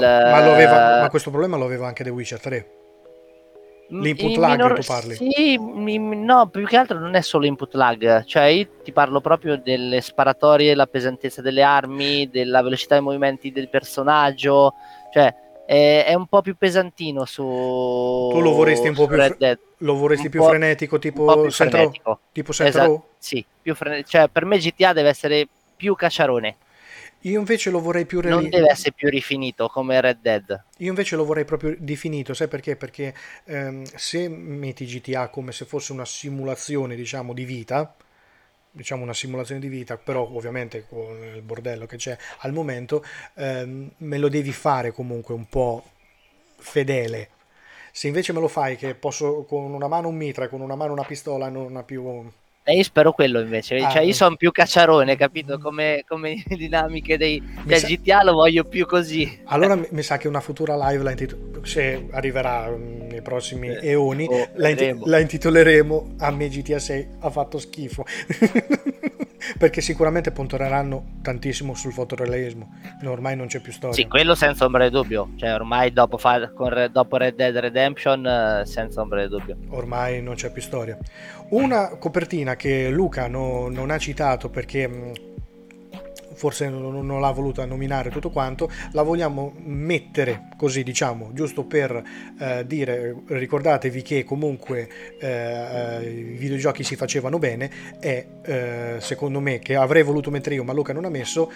Ma questo problema lo aveva anche The Witcher 3. L'input lag tu parli? Sì, no, più che altro non è solo input lag, cioè io ti parlo proprio delle sparatorie, la pesantezza delle armi, della velocità dei movimenti del personaggio, cioè è un po' più pesantino su tu lo vorresti un po' più Red Dead. lo vorresti più frenetico tipo un po' più frenetico. Tipo Saints Row? Sì, più frenetico, cioè per me GTA deve essere più cacciarone. Io invece lo vorrei più non deve essere più rifinito come Red Dead. Io invece lo vorrei proprio definito, sai perché? Perché se metti GTA come se fosse una simulazione, diciamo, di vita, diciamo una simulazione di vita, però ovviamente con il bordello che c'è al momento, me lo devi fare comunque un po' fedele. Se invece me lo fai che posso con una mano un mitra, con una mano una pistola, non ha più... E io spero quello invece, cioè io sono più cacciarone, capito? Come dinamiche dei GTA lo voglio più così. Allora mi sa che una futura live se arriverà nei prossimi eoni la intitoleremo A me GTA 6 ha fatto schifo. Perché sicuramente punteranno tantissimo sul fotorealismo, ormai non c'è più storia. Sì, quello senza ombra di dubbio, cioè ormai dopo Red Dead Redemption senza ombra di dubbio. Ormai non c'è più storia. Una copertina che Luca non ha citato perché forse non l'ha voluta nominare tutto quanto, la vogliamo mettere così, diciamo, giusto per dire, ricordatevi che comunque i videogiochi si facevano bene e secondo me, che avrei voluto mettere io ma Luca non ha messo,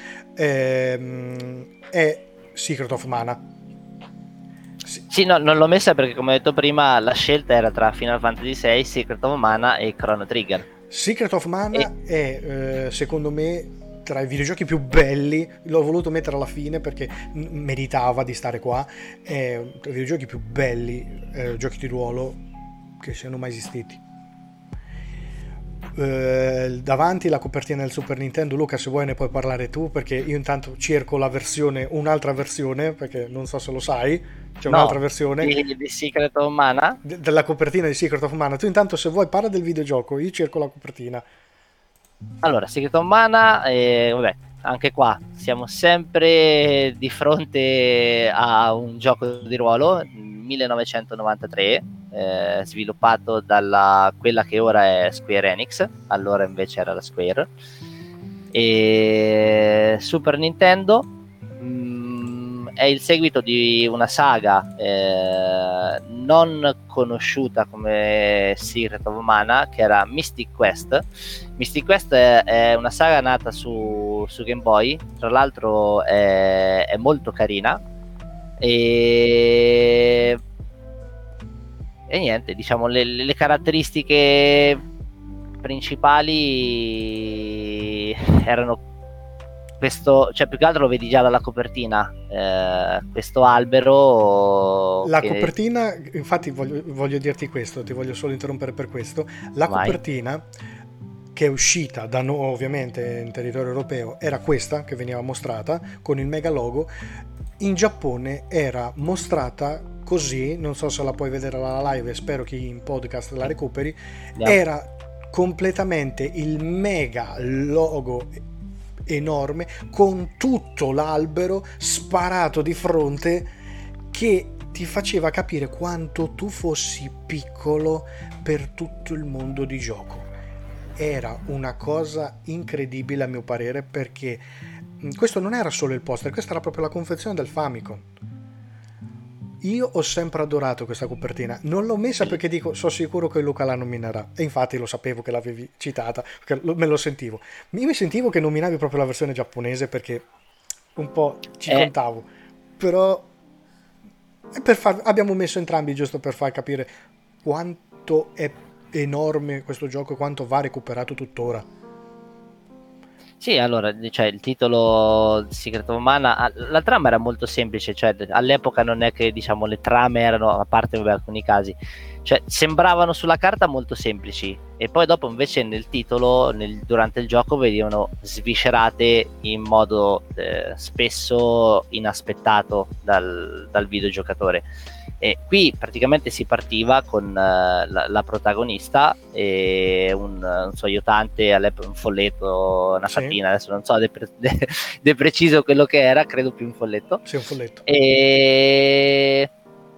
è Secret of Mana. Sì, no, non l'ho messa perché come ho detto prima la scelta era tra Final Fantasy VI, Secret of Mana e Chrono Trigger. Secret of Mana è secondo me tra i videogiochi più belli, l'ho voluto mettere alla fine perché meritava di stare qua, è tra i videogiochi più belli, giochi di ruolo che siano mai esistiti. Davanti la copertina del Super Nintendo, Luca se vuoi ne puoi parlare tu perché io intanto cerco un'altra versione perché non so se lo sai, c'è un'altra versione di Secret of Mana della copertina di Secret of Mana. Tu intanto se vuoi parla del videogioco, io cerco la copertina. Allora, Secret of Mana, vabbè, anche qua siamo sempre di fronte a un gioco di ruolo 1993, sviluppato dalla quella che ora è Square Enix, allora invece era la Square, e Super Nintendo. È il seguito di una saga non conosciuta come Secret of Mana, che era Mystic Quest. Mystic Quest è una saga nata su Game Boy, tra l'altro è molto carina, E, e niente, diciamo le caratteristiche principali erano questo, cioè più che altro lo vedi già dalla copertina, questo albero La che... copertina, infatti voglio dirti questo, ti voglio solo interrompere per questo. La Vai. copertina che è uscita da noi ovviamente in territorio europeo era questa che veniva mostrata con il mega logo. In Giappone era mostrata così, non so se la puoi vedere alla live, spero che in podcast la recuperi. Andiamo. Era completamente il mega logo enorme con tutto l'albero sparato di fronte, che ti faceva capire quanto tu fossi piccolo per tutto il mondo di gioco. Era una cosa incredibile a mio parere, perché questo non era solo il poster, questa era proprio la confezione del Famicom. Io ho sempre adorato questa copertina, non l'ho messa perché dico sono sicuro che Luca la nominerà, e infatti lo sapevo che l'avevi citata, perché me lo sentivo. Io mi sentivo che nominavi proprio la versione giapponese perché un po' ci Eh, contavo, però abbiamo messo entrambi giusto per far capire quanto è enorme questo gioco e quanto va recuperato tuttora. Sì, allora, cioè, il titolo Secret of Mana, la trama era molto semplice, cioè all'epoca non è che diciamo le trame erano, a parte vabbè, alcuni casi, cioè sembravano sulla carta molto semplici e poi dopo invece nel titolo, durante il gioco venivano sviscerate in modo spesso inaspettato dal videogiocatore. E qui praticamente si partiva con la protagonista e un suo aiutante, all'epoca un folletto, una Sì, fatina, adesso non so de preciso quello che era, credo più un folletto. sì, un folletto. E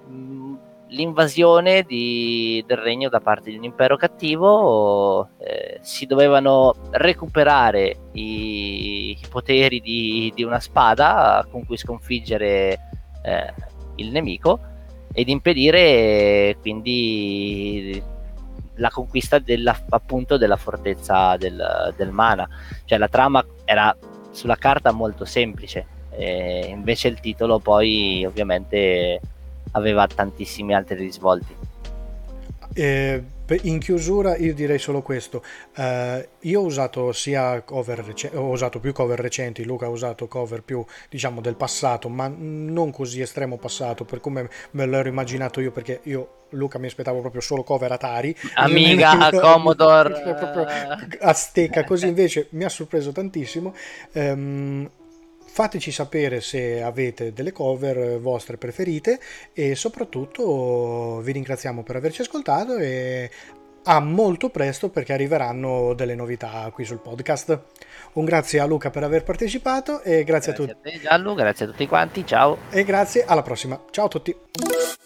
l'invasione del regno da parte di un impero cattivo, si dovevano recuperare i poteri di una spada con cui sconfiggere il nemico ed impedire quindi la conquista appunto della fortezza del mana. Cioè la trama era sulla carta molto semplice, invece il titolo poi ovviamente aveva tantissimi altri risvolti. In chiusura io direi solo questo. Io ho usato sia cover ho usato più cover recenti, Luca ha usato cover più diciamo del passato, ma non così estremo passato per come me l'ero immaginato io, perché io Luca mi aspettavo proprio solo cover Atari, Amiga, Commodore, proprio a stecca, così invece mi ha sorpreso tantissimo. Fateci sapere se avete delle cover vostre preferite, e soprattutto vi ringraziamo per averci ascoltato, e a molto presto perché arriveranno delle novità qui sul podcast. Un grazie a Luca per aver partecipato, e grazie a grazie tutti, a te Gianlu, grazie a tutti quanti, ciao. e grazie alla prossima. Ciao a tutti.